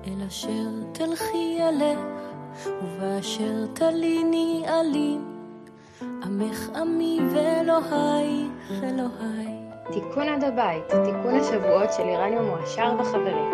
אל אשר תלכי אלך, ובאשר תליני עלים, עמך עמי ואלוהיך אלוהי. תיקון עד הבית, תיקון השבועות של אירניום מועשר וחברים.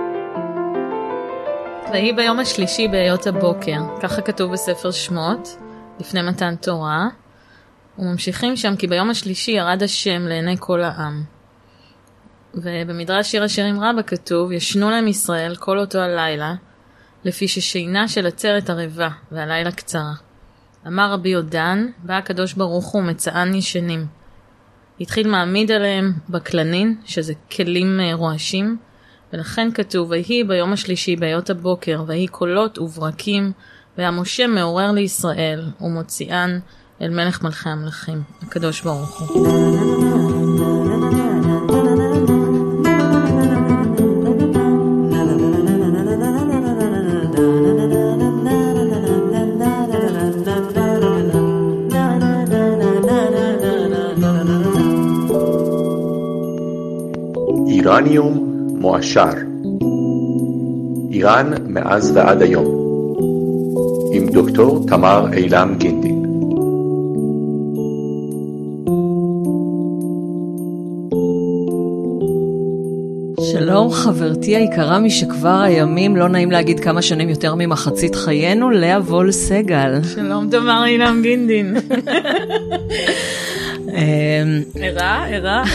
ויהי ביום השלישי בהיות הבוקר, ככה כתוב בספר שמות, לפני מתן תורה, וממשיכים שם כי ביום השלישי ירד השם לעיני כל העם. ובמדרש שיר השירים רבה כתוב, ישנו להם ישראל כל אותו הלילה, לפי ששינה של עצרת ערבה, והלילה קצרה. אמר רבי יודן, בא הקדוש ברוך הוא מצען ישנים. התחיל מעמיד עליהם בקלנין, שזה כלים רועשים, ולכן כתוב, ויהי ביום השלישי בהיות הבוקר, ויהי קולות וברקים, והמשה מעורר לישראל, ומוציאן אל מלך מלכי המלכים, הקדוש ברוך הוא. אירניום מועשר, איראן מאז ועד היום, עם דוקטור תמר אילם גינדין. שלום חברתי היקרה משכבר הימים, לא נעים להגיד כמה שנים יותר ממחצית חיינו, לאה וול סגל. שלום תמר אילם גינדין. ערה.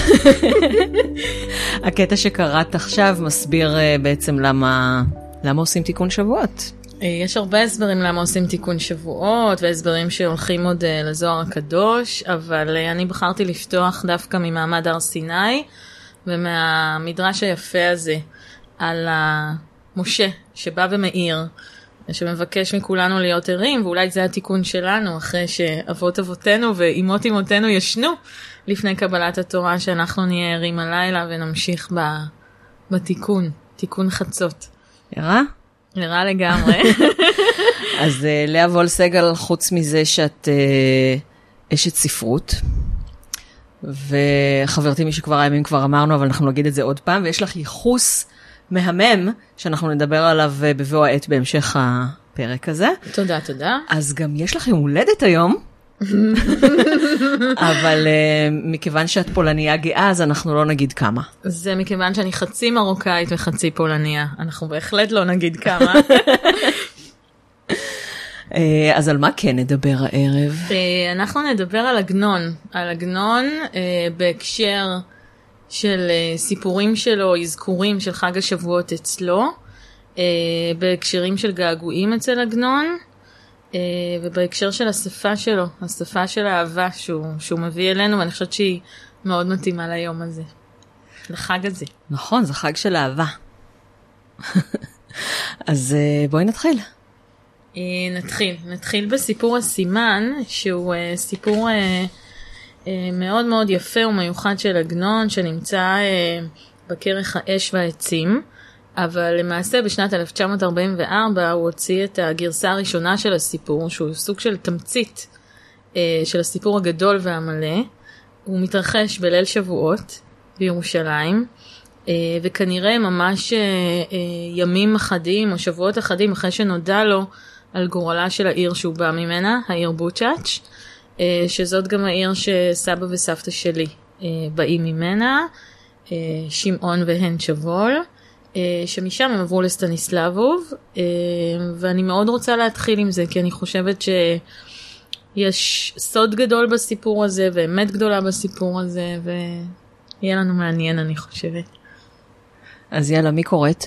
הקטע שקראת עכשיו מסביר בעצם למה עושים תיקון שבועות. יש הרבה הסברים למה עושים תיקון שבועות, והסברים שהולכים עוד לזוהר הקדוש, אבל אני בחרתי לפתוח דווקא ממעמד הר סיני, ומהמדרש היפה הזה על המשה שבא ומאיר, שמבקש מכולנו להיות ערים, ואולי זה התיקון שלנו, אחרי שאבות אבותינו ואימות אימותינו ישנו לפני קבלת התורה, שאנחנו נהיה ערים הלילה ונמשיך בתיקון, תיקון חצות. ערה? ערה לגמרי. אז לאה וול סגל, חוץ מזה שאת אשת ספרות, וחברתי מי שכבר הימים כבר אמרנו, אבל אנחנו נגיד את זה עוד פעם, ויש לך ייחוס מהמם, שאנחנו נדבר עליו בבוא העת בהמשך הפרק הזה. תודה. אז גם יש לך יום הולדת היום, אבל מכיוון שאת פולניה גאה, אז אנחנו לא נגיד כמה. זה מכיוון שאני חצי מרוקאית וחצי פולניה. אנחנו בהחלט לא נגיד כמה. אז על מה כן נדבר הערב? אנחנו נדבר על עגנון בהקשר של סיפורים שלו, אזכורים של חג השבועות אצלו, בהקשרים של געגועים אצל עגנון, ובהקשר של השפה שלו, השפה של האהבה שהוא מביא אלינו, ואני חושבת שהיא מאוד מתאימה ליום הזה, לחג הזה. נכון, זה חג של אהבה. אז בואי נתחיל. נתחיל בסיפור הסימן, שהוא סיפור מאוד מאוד יפה ומיוחד של עגנון, שנמצא בכרך האש והעצים, אבל למעשה בשנת 1944 הוא הוציא את הגרסה הראשונה של הסיפור, שהוא סוג של תמצית של הסיפור הגדול והמלא. הוא מתרחש בליל שבועות בירושלים, וכנראה ממש ימים אחדים או שבועות אחדים אחרי שנודע לו על גורלה של העיר שהוא בא ממנה, העיר בוצ'אץ', שזאת גם העיר שסבא וסבתא שלי באים ממנה, שמעון והן שבול, שמשם הם עברו לסטניסלבוב, ואני מאוד רוצה להתחיל עם זה, כי אני חושבת שיש סוד גדול בסיפור הזה, ואמת גדולה בסיפור הזה, ויהיה לנו מעניין, אני חושבת. אז יאללה, מי קוראת?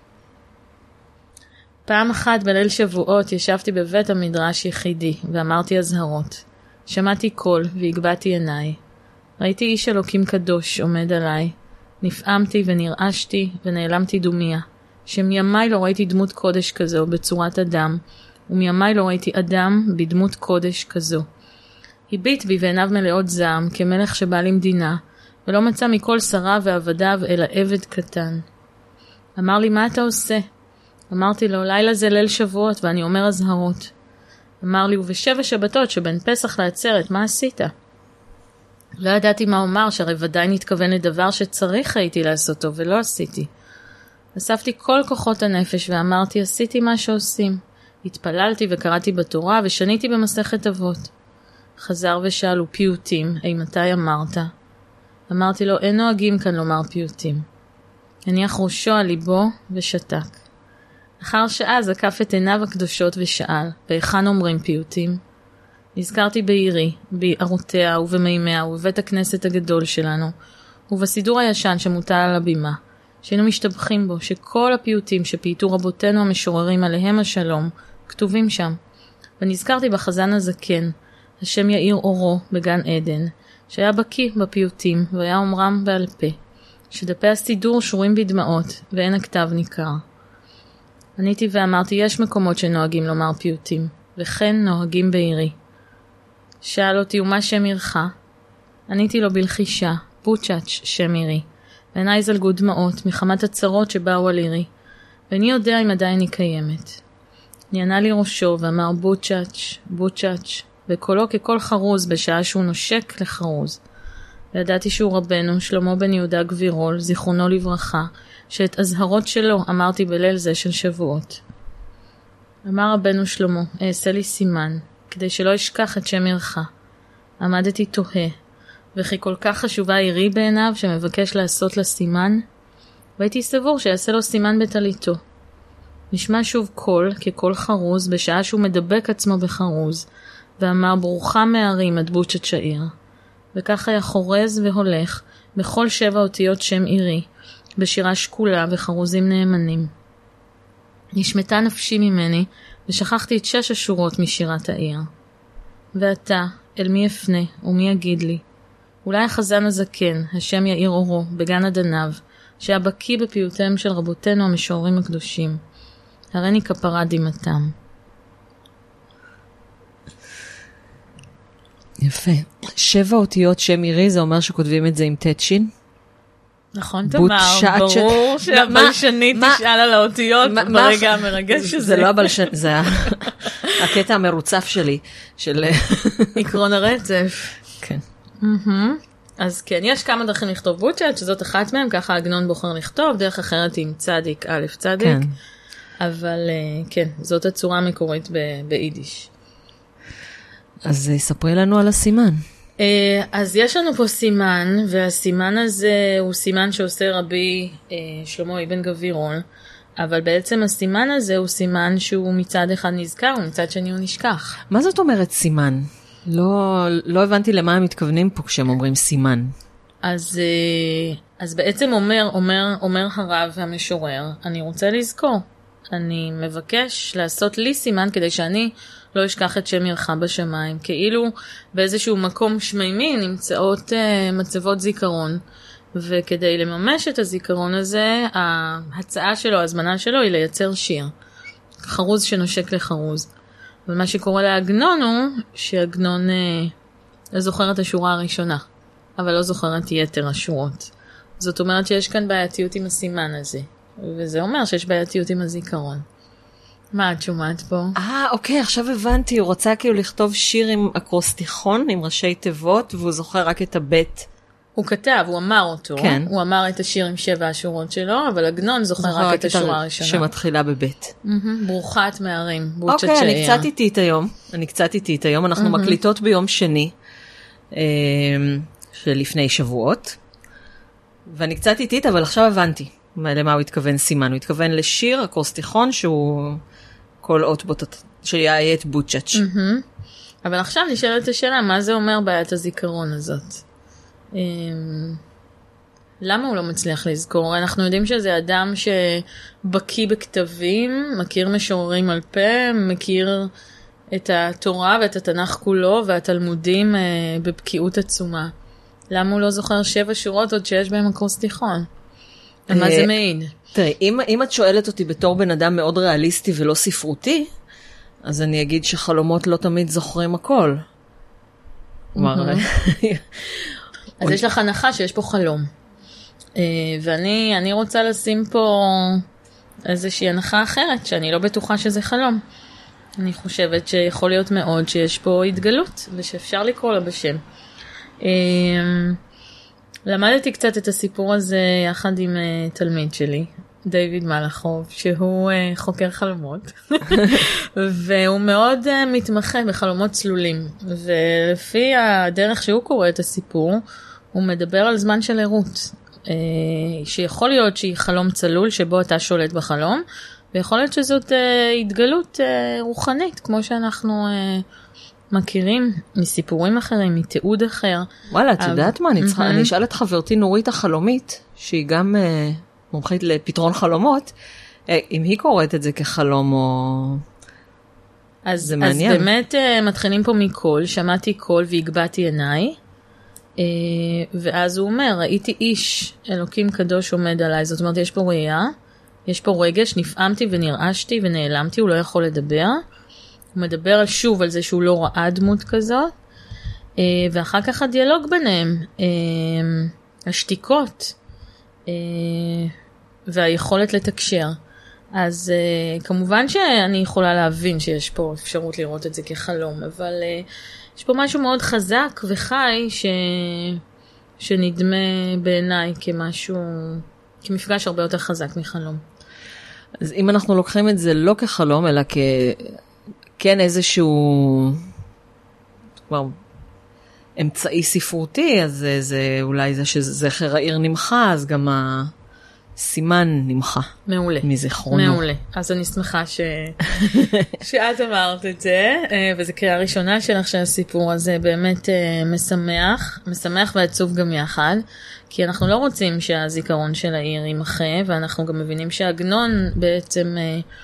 פעם אחת בליל שבועות ישבתי בבית המדרש יחידי, ואמרתי הזהרות. שמעתי קול והגבעתי עיניי. ראיתי איש אלוקים קדוש עומד עליי. נפעמתי ונרעשתי ונעלמתי דומיה. שמימיי לא ראיתי דמות קודש כזו בצורת אדם, ומימיי לא ראיתי אדם בדמות קודש כזו. הביט בי ועיניו מלאות זעם כמלך שבא למדינה, ולא מצא מכל שריו ועבדיו אלא עבד קטן. אמר לי, מה אתה עושה? אמרתי לו, לילה זה ליל שבועות ואני אומר הזהרות. אמר לי, ובשבע שבתות שבין פסח לעצרת, מה עשית? לא ידעתי מה אומר, שהרי ודאי נתכוון לדבר שצריך הייתי לעשותו ולא עשיתי. אספתי כל כוחות הנפש ואמרתי, עשיתי מה שעושים. התפללתי וקראתי בתורה ושניתי במסכת אבות. חזר ושאלו פיוטים, מתי אמרת? אמרתי לו, אין נוהגים כאן לומר פיוטים. הניח ראשו על ליבו ושתק. אחר שעה זקף את עיניו הקדושות ושאל, והיכן אומרים פיוטים? נזכרתי בעירי, בערותיה ובמימיה ובבית הכנסת הגדול שלנו, ובסידור הישן שמוטל על הבימה, שהיינו משתבחים בו, שכל הפיוטים שפייטו רבותינו המשוררים עליהם השלום, כתובים שם. ונזכרתי בחזן הזקן, השם יאיר אורו בגן עדן, שהיה בקיא בפיוטים והיה אומרם בעל פה, שדפי הסידור שורים בדמעות ואין הכתב ניכר. עניתי ואמרתי, יש מקומות שנוהגים לומר פיוטים, וכן נוהגים בעירי. שאל אותי, ומה שם עירך? עניתי לו בלחישה, בוצ'אץ' שם עירי. ועיניי זלגו דמעות מחמת הצרות שבאו על עירי, ואני יודע אם עדיין היא קיימת. נענה לי ראשו ואמר בוצ'אץ', בוצ'אץ', וקולו ככל חרוז בשעה שהוא נושק לחרוז. וידעתי שהוא רבנו, שלמה בן יהודה גבירול, זיכרונו לברכה, שאת הזהרות שלו אמרתי בליל זה של שבועות. אמר רבנו שלמה, אעשה לי סימן, כדי שלא אשכח את שם עירך. עמדתי תוהה, וכי כל כך חשובה עירי בעיניו שמבקש לעשות לה סימן, והייתי סבור שיעשה לו סימן בתליתו. נשמע שוב קול, כקול חרוז, בשעה שהוא מדבק עצמו בחרוז, ואמר, ברוכה מהרים עד בוצ'אץ' שעיר. וכך היה חורז והולך, בכל 7 אותיות שם עירי, בשירה שקולה וחרוזים נאמנים. נשמתה נפשי ממני, ושכחתי את 6 השורות משירת העיר. ואתה, אל מי אפנה, ומי יגיד לי? אולי החזן הזקן, השם יאיר אורו, בגן עדניו, שהיה בקיא בפיוטיהם של רבותינו המשוררים הקדושים. הריני כפרה דמעתם. יפה. 7 אותיות שם עירי, זה אומר שכותבים את זה עם תצ'ין? נכון, תמר, ברור שהבלשנית תשאל על האותיות ברגע המרגש הזה. זה לא הבלשנית, זה הקטע המרוצף שלי, של עקרון הרצף. כן. אז כן, יש כמה דרכים לכתוב בוצ'אץ', שזאת אחת מהם, ככה עגנון בוחר לכתוב, דרך אחרת עם צדיק, א' צדיק, אבל כן, זאת הצורה המקורית ביידיש. אז ספרי לנו על הסימן. אז יש לנו פה סימן, והסימן הזה הוא סימן שעושה רבי שלמה אבן גבירול, אבל בעצם הסימן הזה הוא סימן שהוא מצד אחד נזכר, ומצד שני הוא נשכח. מה זאת אומרת סימן? לא הבנתי למה הם מתכוונים פה כשהם אומרים סימן. אז בעצם אומר הרב המשורר, אני רוצה לזכור, אני מבקש לעשות לי סימן כדי שאני לא אשכח את שם עירך בשמיים, כאילו באיזשהו מקום שמימי נמצאות מצבות זיכרון, וכדי לממש את הזיכרון הזה, ההצעה שלו, ההזמנה שלו היא לייצר שיר, חרוז שנושק לחרוז. ומה שקורה לעגנון הוא שעגנון זוכר את השורה הראשונה, אבל לא זוכר את יתר השורות. זאת אומרת שיש כאן בעייתיות עם הסימן הזה, וזה אומר שיש בעייתיות עם הזיכרון. מה את שומעת פה? אוקיי, עכשיו הבנתי, הוא רצה כאילו לכתוב שיר עם אקרוסטיכון, עם ראשי תיבות, והוא זוכר רק את הבית. הוא כתב, הוא אמר אותו, כן. הוא אמר את השיר עם 7 השורות שלו, אבל עגנון זוכר רק את השורה הראשונה. שמתחילה בבית. ברוכת מהרים, בוצ'אץ' שעיר. אוקיי, אני קצת איטית היום, אנחנו מקליטות ביום שני, שלפני שבועות, ואני קצת איטית, אבל עכשיו הבנתי למה הוא התכוון סימן. הוא התכוון לשיר אקרוסטיכון שהוא כל אות שיהיה את בוצ'אץ'. אבל עכשיו נשאלת השאלה, מה זה אומר בעיית הזיכרון הזאת? למה הוא לא מצליח לזכור? אנחנו יודעים שזה אדם שבקיא בכתבים, מכיר משוררים על פה, מכיר את התורה ואת התנ"ך כולו והתלמודים בבקיאות עצומה. למה הוא לא זוכר 7 שורות עוד שיש בהם אקרוסטיכון? מה זה מעיד? תראי, אם את שואלת אותי בתור בן אדם מאוד ריאליסטי ולא ספרותי, אז אני אגיד שחלומות לא תמיד זוכרים הכל. אז יש לך הנחה שיש פה חלום. ואני רוצה לשים פה איזושהי הנחה אחרת, שאני לא בטוחה שזה חלום. אני חושבת שיכול להיות מאוד שיש פה התגלות, ושאפשר לקרוא לה בשם. למדתי קצת את הסיפור הזה יחד עם תלמיד שלי, דיוויד מלאכוב, שהוא חוקר חלומות, והוא מאוד מתמחה בחלומות צלולים, ולפי הדרך שהוא קורא את הסיפור, הוא מדבר על זמן של עירות, שיכול להיות שהיא חלום צלול שבו אתה שולט בחלום, ויכול להיות שזאת התגלות רוחנית, כמו שאנחנו מכירים מסיפורים אחרים, מתיעוד אחר. וואלה, את יודעת מה? אני אשאל את חברתי נורית החלומית, שהיא גם מומחית לפתרון חלומות, אם היא קוראת את זה כחלום או... זה מעניין. אז באמת מתחילים פה מקול, שמעתי קול והגבעתי עיניי, ואז הוא אומר, ראיתי איש, אלוקים קדוש עומד עליי, זאת אומרת, יש פה ראייה, יש פה רגש, נפעמתי ונרעשתי ונעלמתי, הוא לא יכול לדבר, הוא מדבר שוב על זה שהוא לא ראה דמות כזאת, ואחר כך הדיאלוג ביניהם, השתיקות, והיכולת לתקשר. אז כמובן שאני יכולה להבין שיש פה אפשרות לראות את זה כחלום, אבל יש פה משהו מאוד חזק וחי שנדמה בעיניי כמשהו, כמפגש הרבה יותר חזק מחלום. אז אם אנחנו לוקחים את זה לא כחלום, אלא כן איזשהו כבר אמצעי ספרותי, אז זה אולי זה שזכר העיר נמחה, אז גם הסימן נמחה. מעולה. מזיכרונו. מעולה. אז אני שמחה שאת אמרת את זה, וזו קריאה ראשונה שלך שהסיפור הזה באמת משמח ועצוב גם יחד, כי אנחנו לא רוצים שהזיכרון של העיר יימחה, ואנחנו גם מבינים שהעגנון בעצם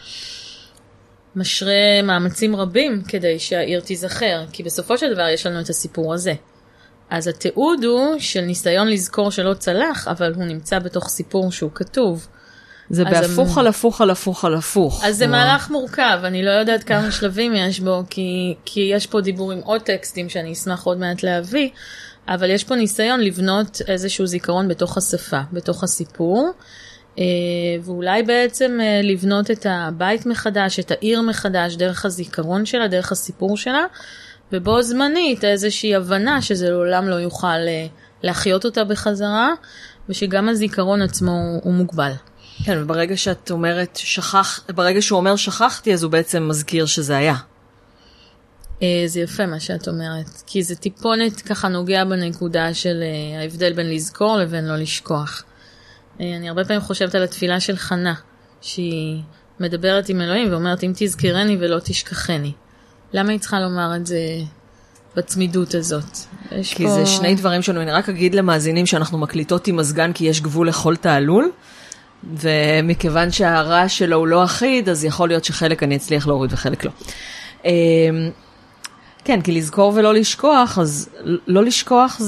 משרה מאמצים רבים כדי שהעיר תיזכר, כי בסופו של דבר יש לנו את הסיפור הזה. אז התיעוד הוא של ניסיון לזכור שלא צלח, אבל הוא נמצא בתוך סיפור שהוא כתוב. זה בהפוך על הפוך על הפוך על הפוך. אז זה מהלך מורכב, אני לא יודעת כמה שלבים יש בו, כי יש פה דיבור עם עוד טקסטים שאני אשמח עוד מעט להביא, אבל יש פה ניסיון לבנות איזשהו זיכרון בתוך השפה, בתוך הסיפור, ואולי בעצם לבנות את הבית מחדש, את העיר מחדש, דרך הזיכרון שלה, דרך הסיפור שלה, ובו זמנית איזושהי הבנה שזה לעולם לא יוכל להחיות אותה בחזרה, ושגם הזיכרון עצמו הוא מוגבל. כן, וברגע שאת אומרת ברגע שהוא אומר שכחתי, אז הוא בעצם מזכיר שזה היה. זה יפה מה שאת אומרת, כי זה טיפונת ככה נוגע בנקודה של ההבדל בין לזכור לבין לא לשכוח. אני הרבה פעמים חושבת על התפילה של חנה, שהיא מדברת עם אלוהים ואומרת, אם תזכרני ולא תשכחני. למה היא צריכה לומר את זה בצמידות הזאת? כי זה שני דברים שונים. אני רק אגיד למאזינים שאנחנו מקליטות עם מזגן, כי יש גבול לכל תעלול, ומכיוון שהרעש שלו הוא לא אחיד, אז יכול להיות שחלק אני אצליח להוריד וחלק לא. כן, כי לזכור ולא לשכוח, אז לא לשכוח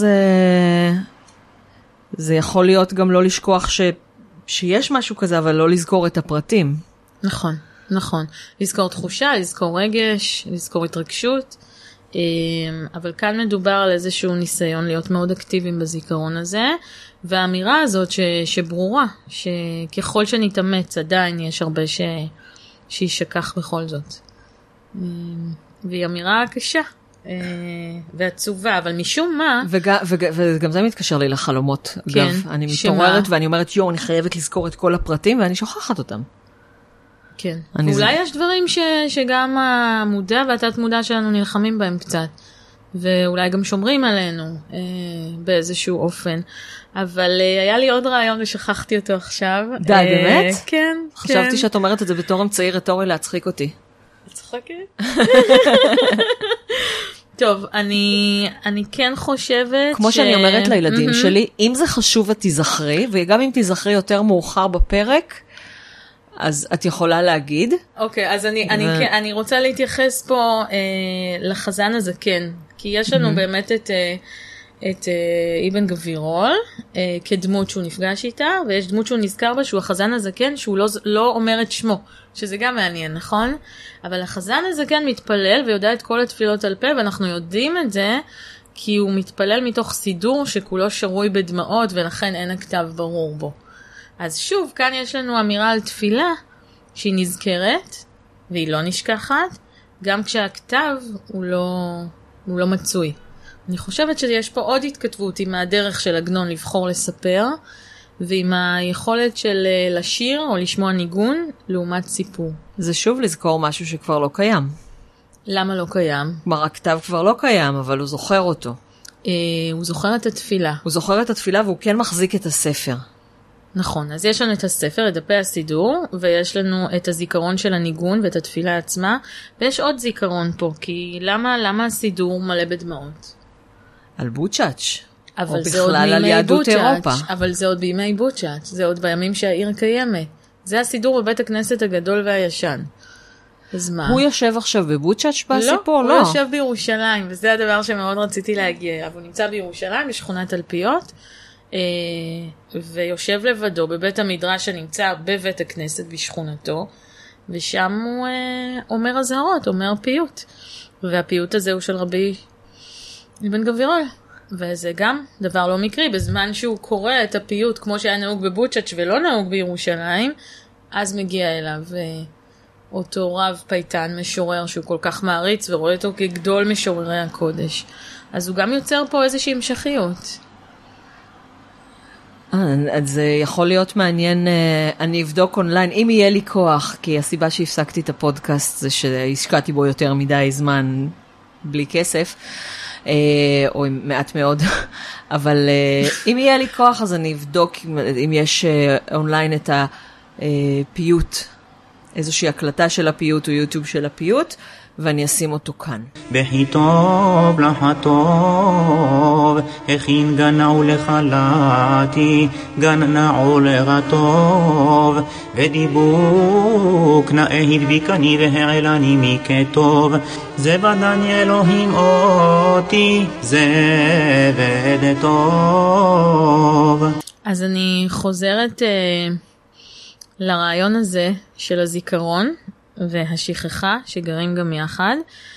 זה יכול להיות גם לא לשכוח שיש משהו כזה, אבל לא לזכור את הפרטים. נכון, נכון. לזכור תחושה, לזכור רגש, לזכור התרגשות, אבל כאן מדובר על איזשהו ניסיון להיות מאוד אקטיביים בזיכרון הזה, והאמירה הזאת שברורה, שככל שנתאמץ עדיין יש הרבה שישכח בכל זאת. והיא אמירה קשה ועצובה, אבל משום מה... וגם זה מתקשר לי לחלומות. כן, אגב, אני מתעוררת ואני אומרת, אני חייבת לזכור את כל הפרטים, ואני שוכחת אותם. כן. ואולי יש דברים שגם המודע והתת מודע שלנו נלחמים בהם קצת, ואולי גם שומרים עלינו באיזשהו אופן. אבל היה לי עוד רעיון ושכחתי אותו עכשיו. די, באמת? כן. חשבתי שאת אומרת את זה בתור אמצעי רטורי להצחיק אותי. צחקת? טוב, אני כן חושבת כמו שאני אומרת לילדים שלי, אם זה חשוב את תזכרי, וגם אם תזכרי יותר מאוחר בפרק, אז את יכולה להגיד. אוקיי, אז אני רוצה להתייחס פה לחזן הזקן, כי יש לנו באמת את אבן גבירול, כדמות שהוא נפגש איתה, ויש דמות שהוא נזכר בה, שהוא החזן הזקן, שהוא לא אומר את שמו, שזה גם מעניין, נכון? אבל החזן הזקן מתפלל, ויודע את כל התפילות על פה, ואנחנו יודעים את זה, כי הוא מתפלל מתוך סידור, שכולו שרוי בדמעות, ולכן אין הכתב ברור בו. אז שוב, כאן יש לנו אמירה על תפילה, שהיא נזכרת, והיא לא נשכחת, גם כשהכתב הוא לא מצוי. אני חושבת שיש פה עוד התכתבות עם הדרך של עגנון לבחור לספר, ועם היכולת של לשיר או לשמוע ניגון לעומת סיפור. זה שוב לזכור משהו שכבר לא קיים. למה לא קיים? כלומר, הכתב כבר לא קיים, אבל הוא זוכר אותו. הוא זוכר את התפילה. הוא זוכר את התפילה והוא כן מחזיק את הספר. נכון, אז יש לנו את הספר, את דפי הסידור, ויש לנו את הזיכרון של הניגון ואת התפילה עצמה, ויש עוד זיכרון פה, כי למה הסידור מלא בדמעות? על בוצ'אץ'. אבל או זה עוד בכלל על בימי יהדות בוצ'אץ', אירופה. אבל זה עוד בימי בוצ'אץ', זה עוד בימים שהעיר קיימת. זה הסידור בבית הכנסת הגדול והישן. אז מה? הוא יושב עכשיו בבוצ'אץ' בסיפור? לא, הוא יושב בירושלים, וזה הדבר שמאוד רציתי להגיע אליו. הוא נמצא בירושלים, בשכונת תלפיות, ויושב לבדו בבית המדרש שנמצא בבית הכנסת בשכונתו, ושם הוא אומר הזהרות, אומר פיוט. והפיוט הזה הוא של רבי אבן גבירול. וזה גם דבר לא מקרי, בזמן שהוא קורא את הפיוט כמו שהיה נהוג בבוצ'אץ' ולא נהוג בירושלים, אז מגיע אליו אותו רב פייטן משורר שהוא כל כך מעריץ ורואה אותו כגדול משוררי הקודש. אז הוא גם יוצר פה איזושהי המשכיות. אז זה יכול להיות מעניין, אני אבדוק אונליין, אם יהיה לי כוח, כי הסיבה שהפסקתי את הפודקאסט זה שהשקעתי בו יותר מדי זמן בלי כסף, או עם מעט מאוד, אבל אם יהיה לי כוח אז אני אבדוק אם יש אונליין את הפיוט, איזושהי הקלטה של הפיוט או יוטיוב של הפיוט, ואני אשים אותו כאן. בכי טוב לחטוב, הכין גנעו לחלתי, גנעו לרטוב, ודיבוק נאה הדביקני והעלני מכתוב, זה בדני אלוהים אותי, זה ודטוב. אז אני חוזרת לרעיון הזה של הזיכרון, והשכחה שגרים גם יחד,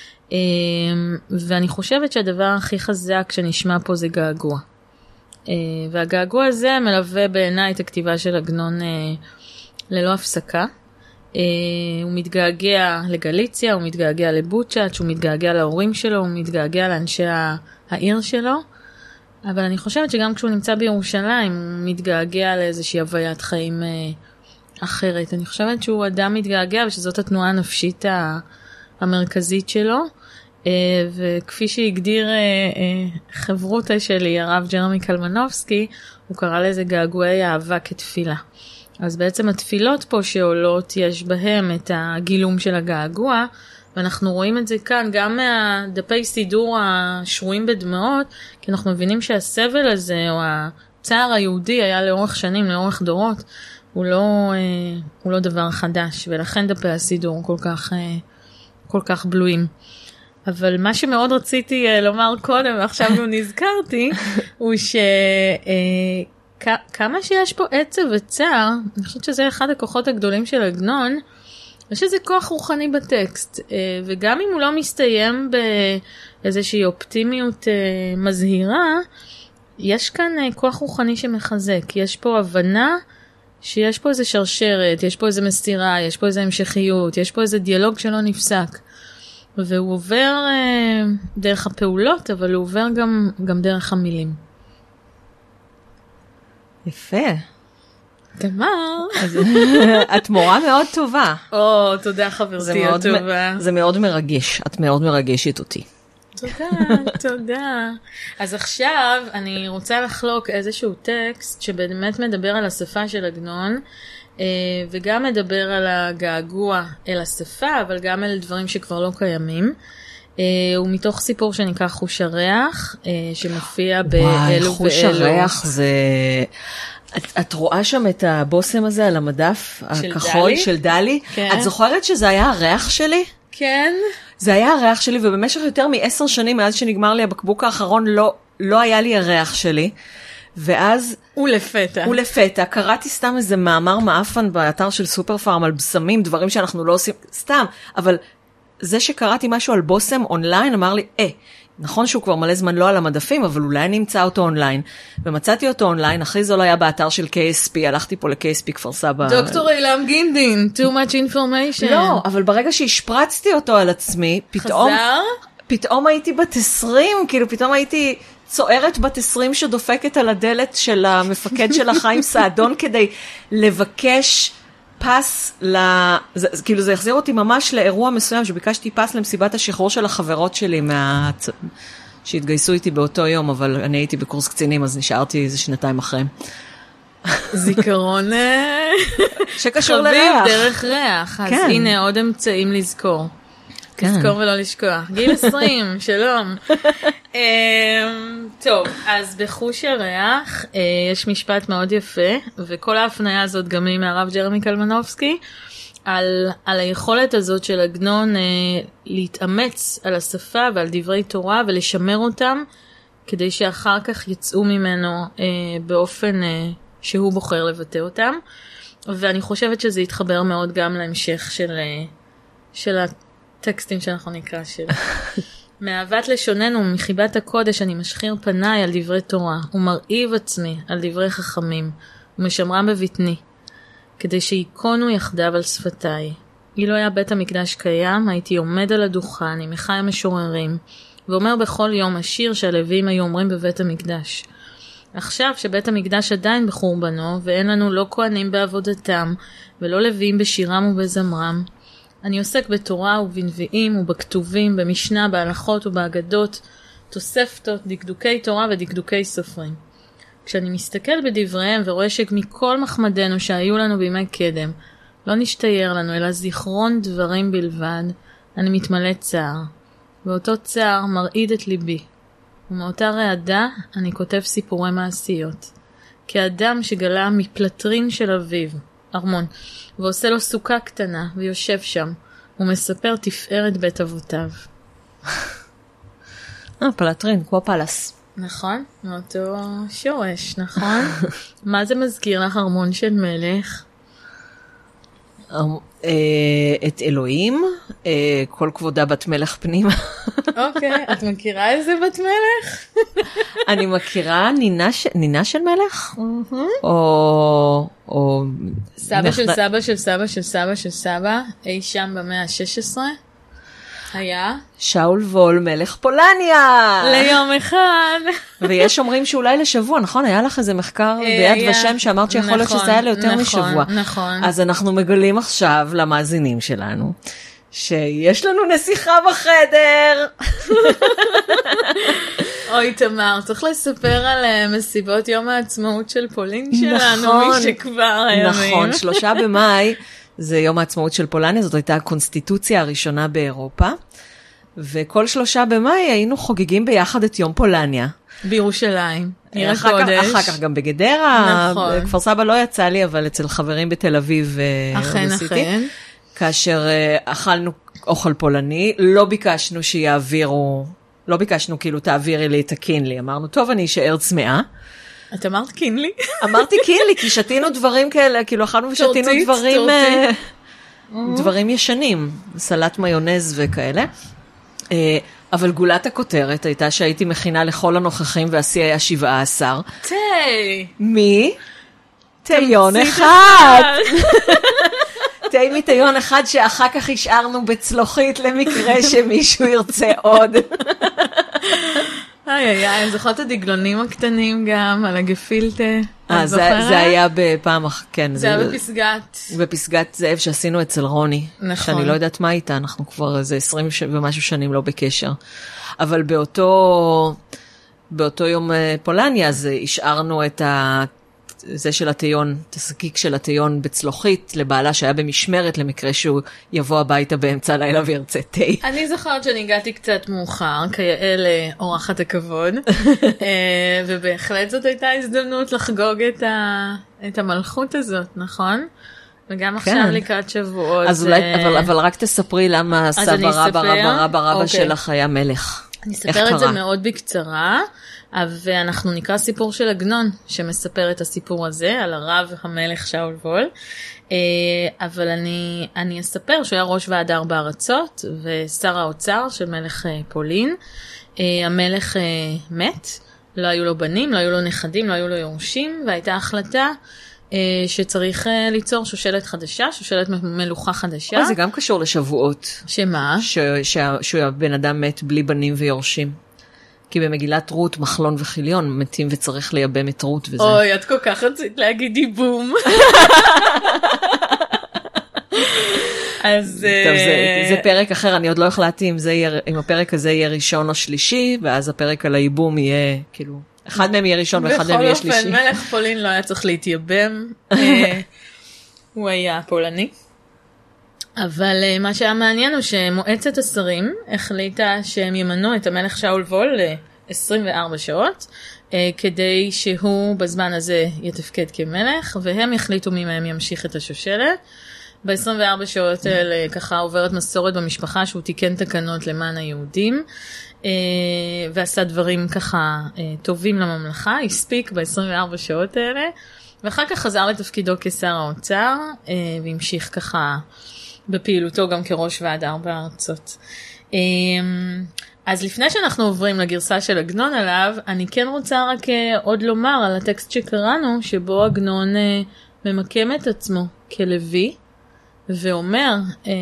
ואני חושבת שהדבר הכי חזק שנשמע פה זה געגוע. והגעגוע הזה מלווה בעיניי את הכתיבה של עגנון ללא הפסקה. הוא מתגעגע לגליציה, הוא מתגעגע לבוצ'אץ', הוא מתגעגע להורים שלו, הוא מתגעגע לאנשי העיר שלו, אבל אני חושבת שגם כשהוא נמצא בירושלים, הוא מתגעגע לאיזושהי הוויית חיים אחרת. אני חושבת שהוא אדם מתגעגע, ושזאת התנועה הנפשית המרכזית שלו, וכפי שהגדיר חברותה שלי, הרב ג'רמי קלמנובסקי, הוא קרא לזה געגועי אהבה כתפילה. אז בעצם התפילות פה שעולות, יש בהם את הגילום של הגעגוע, ואנחנו רואים את זה כאן גם מהדפי סידור השרויים בדמעות, כי אנחנו מבינים שהסבל הזה, או הצער היהודי היה לאורך שנים, לאורך דורות, הוא לא דבר חדש, ולכן דפי הסידור כל כך בלויים. אבל מה שמאוד רציתי לומר קודם, ועכשיו לא נזכרתי, הוא שכמה שיש פה עצב וצער, אני חושבת שזה אחד הכוחות הגדולים של עגנון, יש איזה כוח רוחני בטקסט, וגם אם הוא לא מסתיים באיזושהי אופטימיות מזהירה, יש כאן כוח רוחני שמחזק, יש פה הבנה, שיש פה איזה שרשרת, יש פה איזה מסתירה, יש פה איזה המשכיות, יש פה איזה דיאלוג שלא נפסק. והוא עובר דרך הפעולות, אבל הוא עובר גם דרך המילים. יפה. תמר. את מורה מאוד טובה. או, תודה חברתי הטובה. זה מאוד מרגש, את מאוד מרגשת אותי. תודה. אז עכשיו אני רוצה לחלוק איזשהו טקסט שבאמת מדבר על השפה של עגנון, וגם מדבר על הגעגוע אל השפה, אבל גם על דברים שכבר לא קיימים. הוא מתוך סיפור שנקרא חוש הריח, שמופיע באלו ואלו. חוש הריח זה... את רואה שם את הבוסם הזה על המדף הכחול של דלי? כן. את זוכרת שזה היה הריח שלי? כן. זה היה הריח שלי, ובמשך יותר מ10 שנים מאז שנגמר לי הבקבוק האחרון, לא היה לי הריח שלי. ואז... ולפתע, קראתי סתם איזה מאמר מאפן באתר של סופר פארם על בשמים, דברים שאנחנו לא עושים, סתם, אבל זה שקראתי משהו על בוסם אונליין, אמר לי, נכון שהוא כבר מלא זמן לא על המדפים, אבל אולי נמצא אותו אונליין, ומצאתי אותו אונליין, הכי זול היה באתר של KSP, הלכתי פה ל-KSP כפר סבא. דוקטור אילם גינדין, too much information. לא, אבל ברגע שהשפרצתי אותו על עצמי, פתאום הייתי בת 20, כאילו פתאום הייתי צוערת בת 20 שדופקת על הדלת של המפקד של החיים סעדון כדי לבקש פס כאילו זה יחזיר אותי ממש לאירוע מסוים שביקשתי פס למסיבת השחרור של החברות שלי שהתגייסו איתי באותו יום, אבל אני הייתי בקורס קצינים, אז נשארתי איזה 2 אחריהם. זיכרון שקשור חביב לריח. דרך ריח. אז הנה עוד אמצעים לזכור. לזכור ולא לשכוח. גיל 20, שלום. טוב, אז בחוש הריח יש משפט מאוד יפה, וכל ההפניה הזאת גם היא מהרב ג'רמי קלמנובסקי, על היכולת הזאת של עגנון להתאמץ על השפה ועל דברי תורה ולשמר אותם, כדי שאחר כך יצאו ממנו באופן שהוא בוחר לבטא אותם. ואני חושבת שזה יתחבר מאוד גם להמשך של הטקסטים שאנחנו נקרא של. מאהבת לשוננו ומחיבת הקודש אני משחיר פניי על דברי תורה, ומרעיב עצמי על דברי חכמים, ומשמרם בבטני, כדי שיקונו יחדיו על שפתיי. אילו היה בית המקדש קיים, הייתי עומד על הדוכן עם אחי המשוררים, ואומר בכל יום השיר שהלוויים היו אומרים בבית המקדש. עכשיו שבית המקדש עדיין בחורבנו, ואין לנו לא כהנים בעבודתם, ולא לוויים בשירם ובזמרם, אני עוסק בתורה ובנביאים ובכתובים, במשנה, בהלכות ובאגדות, תוספתות, דקדוקי תורה ודקדוקי סופרים. כשאני מסתכל בדבריהם ורואה שמכל מחמדנו שהיו לנו בימי קדם, לא נשתייר לנו אלא זיכרון דברים בלבד, אני מתמלא צער. ואותו צער מרעיד את ליבי. ומאותה רעדה אני כותב סיפורי מעשיות. כאדם שגלה מפלטרין של אביו, ארמון, ועושה לו סוכה קטנה ויושב שם, ומספר תפארת בית אבותיו. פלטרין, כמו פלס. נכון, מאותו שורש, נכון? מה זה מזכיר לך ארמון של מלך? את אלוהים, כל כבודה בת מלך פנימה. אוקיי, את מכירה איזה בת מלך? אני מכירה נינה של מלך? או סבא של סבא של סבא של סבא של סבא, אי שם במאה ה-16, היה שאול וול מלך פולניה. ליום אחד. ויש אומרים שאולי לשבוע, נכון? היה לך איזה מחקר ביד ושם שאמרת שיכול להיות שזה היה ליותר משבוע. נכון. אז אנחנו מגלים עכשיו למאזינים שלנו, שיש לנו נסיכה בחדר. אוי תמר, צריך לספר על מסיבות יום העצמאות של פולין שלנו, מי שכבר הימים. נכון, 3 במאי זה יום העצמאות של פולניה, זאת הייתה הקונסטיטוציה הראשונה באירופה, וכל 3 במאי היינו חוגגים ביחד את יום פולניה. בירושלים, עיר הקודש. אחר כך גם בגדרה, נכון. כפר סבא לא יצא לי, אבל אצל חברים בתל אביב אכן. כאשר אכלנו אוכל פולני, לא ביקשנו שיעבירו, לא ביקשנו כאילו תעבירי לי את הקינלי, אמרנו טוב אני אשאר צמאה. את אמרת קינלי? אמרתי קינלי, כי שתינו דברים כאלה, כאילו אכלנו ושתינו דברים ישנים, סלט מיונז וכאלה. אבל גולת הכותרת הייתה שהייתי מכינה לכל הנוכחים, והשיא היה 17. מי? תיון אחד. תיון אחד שאחר כך השארנו בצלוחית למקרה שמישהו ירצה עוד. אני זוכרת את הדגלונים הקטנים גם, על הגפילטה. זה היה בפעם אחת, כן. זה היה בפסגת זאב שעשינו אצל רוני. נכון. שאני לא יודעת מה איתה, אנחנו כבר איזה 20 ומשהו שנים לא בקשר. אבל באותו יום פולניה, אז השארנו את זה של התיון, את השקיק של התיון בצלוחית, לבעלה שהיה במשמרת, למקרה שהוא יבוא הביתה באמצע הלילה וירצה תה. אני זוכרת שאני הגעתי קצת מאוחר, כיאה לאורחת הכבוד, ובהחלט זאת הייתה הזדמנות לחגוג את המלכות הזאת, נכון? וגם עכשיו לקראת שבועות. אז אולי, אבל רק תספרי למה סבא רבא שלך היה מלך. אני אספר את זה מאוד בקצרה, ואנחנו נקרא סיפור של עגנון, שמספר את הסיפור הזה, על הרב המלך שאול וול. אבל אני אספר שהוא היה ראש ועד 4 ארצות, ושר האוצר של מלך פולין. המלך מת, לא היו לו בנים, לא היו לו נכדים, לא היו לו יורשים, והייתה החלטה שצריך ליצור שושלת חדשה, שושלת מלוכה חדשה. זה גם קשור לשבועות. שמה? שהבן אדם מת בלי בנים ויורשים. כי במגילת רות מחלון וחיליון מתים וצריך לייבם את רות וזה. אוי, את כל כך רצית להגיד דיבום. אז... טוב, זה פרק אחר, אני עוד לא החלטתי אם הפרק הזה יהיה ראשון או שלישי, ואז הפרק על הייבום יהיה, כאילו, אחד מהם יהיה ראשון ואחד מהם יהיה שלישי. בכל אופן, מלך פולין לא היה צריך להתייבם, הוא היה פולני. אבל מה שהיה מעניין הוא שמועצת השרים החליטה שהם ימנו את המלך שאול וול ל-24 שעות, כדי שהוא בזמן הזה יתפקד כמלך, והם יחליטו מי מהם ימשיך את השושלת. ב-24 שעות האלה ככה עוברת מסורת במשפחה שהוא תיקן תקנות למען היהודים, ועשה דברים ככה טובים לממלכה, הספיק ב-24 שעות האלה, ואחר כך חזר לתפקידו כשר האוצר, והמשיך ככה בפעילותו גם כראש ועד 4 ארצות. אז לפני שאנחנו עוברים לגרסה של עגנון עליו, אני כן רוצה רק עוד לומר על הטקסט שקראנו, שבו עגנון ממקם את עצמו כלוי, ואומר,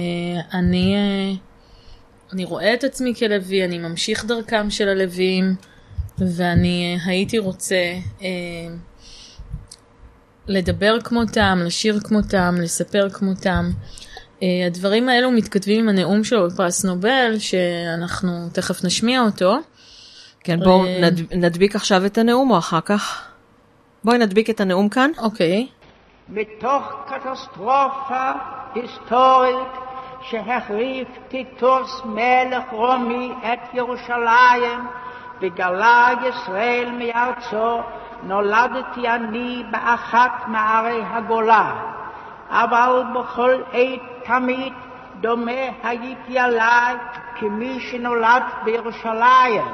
אני רואה את עצמי כלוי, אני ממשיך דרכם של הלוויים, ואני הייתי רוצה לדבר כמותם, לשיר כמותם, לספר כמותם. הדברים האלו מתכתבים עם הנאום שלו בפרס נובל, שאנחנו תכף נשמיע אותו. כן, בואו נדביק עכשיו את הנאום או אחר כך? בואי נדביק את הנאום כאן. אוקיי. מתוך קטסטרופה היסטורית שהחריף טיטוס מלך רומי את ירושלים וגלה ישראל מארצו, נולדתי אני באחת מערי הגולה, אבל בכל עת תמיד דומה הייתי עליי כמי שנולד בירושלים.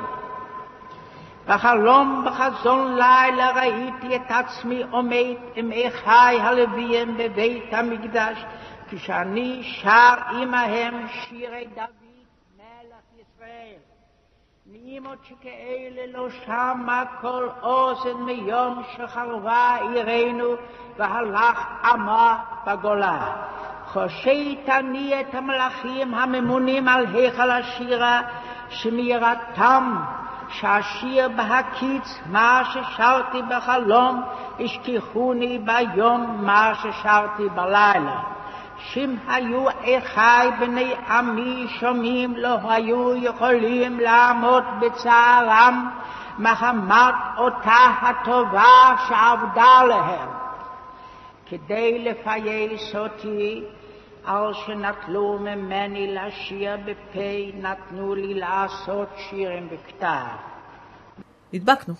בחלום בחזון לילה ראיתי את עצמי עומד עם אחי הלוויים בבית המקדש, כשאני שר עמהם שירי דוד מלך ישראל. נעימות שכאלה לא שמע כל אוזן מיום שחרבה עירנו והלך עמה בגולה. חושית אני את המלאכים הממונים על היכל השירה, שמירתם שאשיר בהקיץ מה ששרתי בחלום, השכיחוני ביום מה ששרתי בלילה. שאם היו אחי בני עמי שומעים לא היו יכולים לעמוד בצערם מחמת אותה הטובה שעבדה להם. כדי לפייס אותי על שנטלו ממני לשיר בפה, נתנו לי לעשות שירים בכתב. נדבקנו.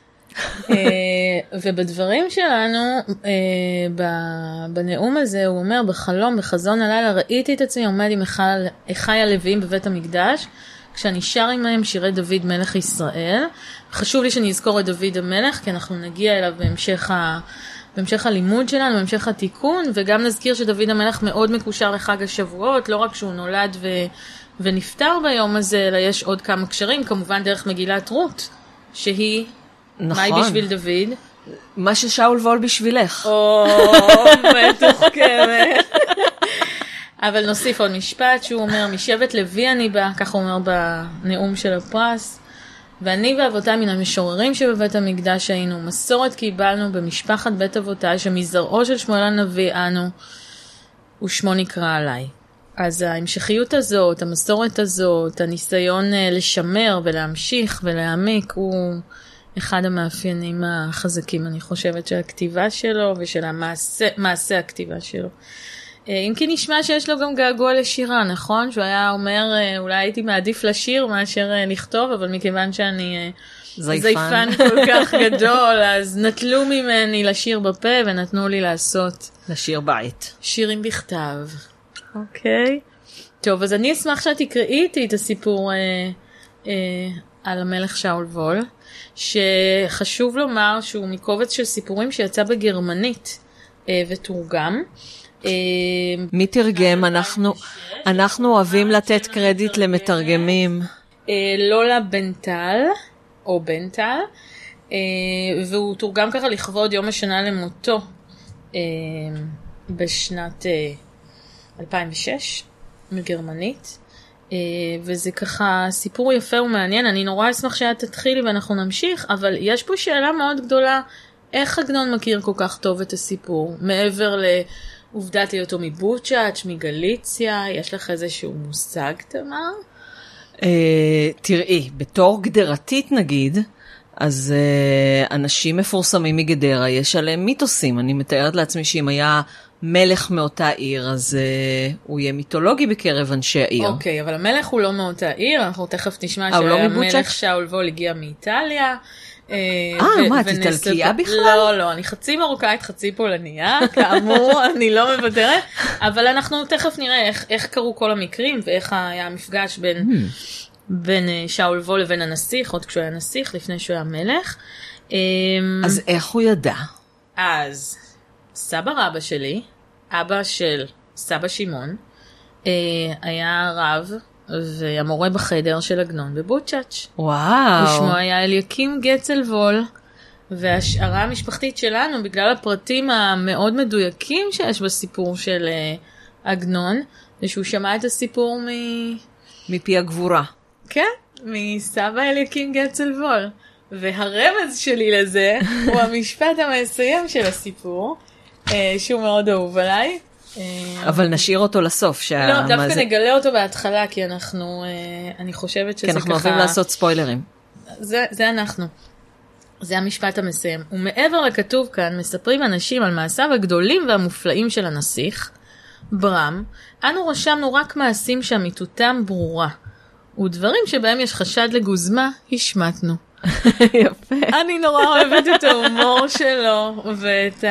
ובדברים שלנו, בנאום הזה הוא אומר, בחלום, בחזון הלילה, ראיתי את עצמי עומד עם אחי הלוויים בבית המקדש, כשאני שר עמהם שירי דוד מלך ישראל. חשוב לי שאני אזכור את דוד המלך, כי אנחנו נגיע אליו בהמשך הלימוד שלנו, בהמשך התיקון, וגם נזכיר שדוד המלך מאוד מקושר לחג השבועות, לא רק שהוא נולד ונפטר ביום הזה, אלא יש עוד כמה קשרים, כמובן דרך מגילת רות, שהיא, נכון. מהי בשביל דוד? מה ששאול וול בשבילך. מתוחכמת. אבל נוסיף עוד משפט שהוא אומר, משבט לוי אני בא, כך הוא אומר בנאום של הפרס, ואני ואבותיי מן המשוררים שבבית המקדש היינו, מסורת קיבלנו במשפחת בית אבותיי, שמזרעו של שמואל הנביא אנו, ושמו נקרא עליי. אז ההמשכיות הזאת, המסורת הזאת, הניסיון לשמר ולהמשיך ולהעמיק, הוא אחד המאפיינים החזקים, אני חושבת, של הכתיבה שלו ושל מעשה הכתיבה שלו. אם כי נשמע שיש לו גם געגוע לשירה, נכון? שהוא היה אומר, אולי הייתי מעדיף לשיר מאשר לכתוב, אבל מכיוון שאני זייפן כל כך גדול, אז נטלו ממני לשיר בפה ונתנו לי לעשות לשיר בית. שירים בכתב. אוקיי. טוב, אז אני אשמח שאת תקראי איתי את הסיפור על המלך שאול וול, שחשוב לומר שהוא מקובץ של סיפורים שיצא בגרמנית ותורגם. מי תרגם? אנחנו אוהבים לתת קרדיט למתרגמים. לולה בנטל, או בנטל, והוא תורגם ככה לכבוד יום השנה למותו בשנת 2006, מגרמנית. וזה ככה סיפור יפה ומעניין. אני נורא אשמח שאת תתחילי ואנחנו נמשיך, אבל יש פה שאלה מאוד גדולה, איך עגנון מכיר כל כך טוב את הסיפור? מעבר לעובדת היותו מבוצ'אץ', מגליציה, יש לך איזשהו מושג, תמר? תראי, בתור גדרתית נגיד, אז אנשים מפורסמים מגדרה, יש עליהם מיתוסים. אני מתארת לעצמי שאם היה מלך מאותה עיר, אז הוא יהיה מיתולוגי בקרב אנשי העיר. אוקיי, אבל המלך הוא לא מאותה עיר, אנחנו תכף נשמע שהמלך שאול וול הגיע מאיטליה. מה, את איטלקיה בכלל? לא, אני חצי מרוקאית, חצי פולניה, כאמור, אני לא מוותרת, אבל אנחנו תכף נראה איך קרו כל המקרים, ואיך היה המפגש בין שאול וול לבין הנסיך, עוד כשהוא היה נסיך, לפני שהוא היה מלך. אז איך הוא ידע? אז סבא רבא שלי, אבא של סבא שמעון, היה רב והמורה בחדר של עגנון בבוצ'אץ'. וואו. ושמו היה אליקים גצל וול, והשערה המשפחתית שלנו, בגלל הפרטים המאוד מדויקים שיש בסיפור של עגנון, זה שהוא שמע את הסיפור מפי הגבורה. כן, מסבא אליקים גצל וול. והרמז שלי לזה הוא המשפט המסיים של הסיפור, שהוא מאוד אהוב עליי. אבל נשאיר אותו לסוף. לא, דווקא נגלה אותו בהתחלה, כי אני חושבת שזה ככה... כי אנחנו אוהבים לעשות ספוילרים. זה אנחנו. זה המשפט המסיים. ומעבר לכתוב כאן, מספרים אנשים על מעשיו הגדולים והמופלאים של הנסיך, ברם, אנו רשמנו רק מעשים שאמיתותם ברורה, ודברים שבהם יש חשד לגוזמה, השמטנו. יפה. אני נורא אוהבת את ההומור שלו, ואת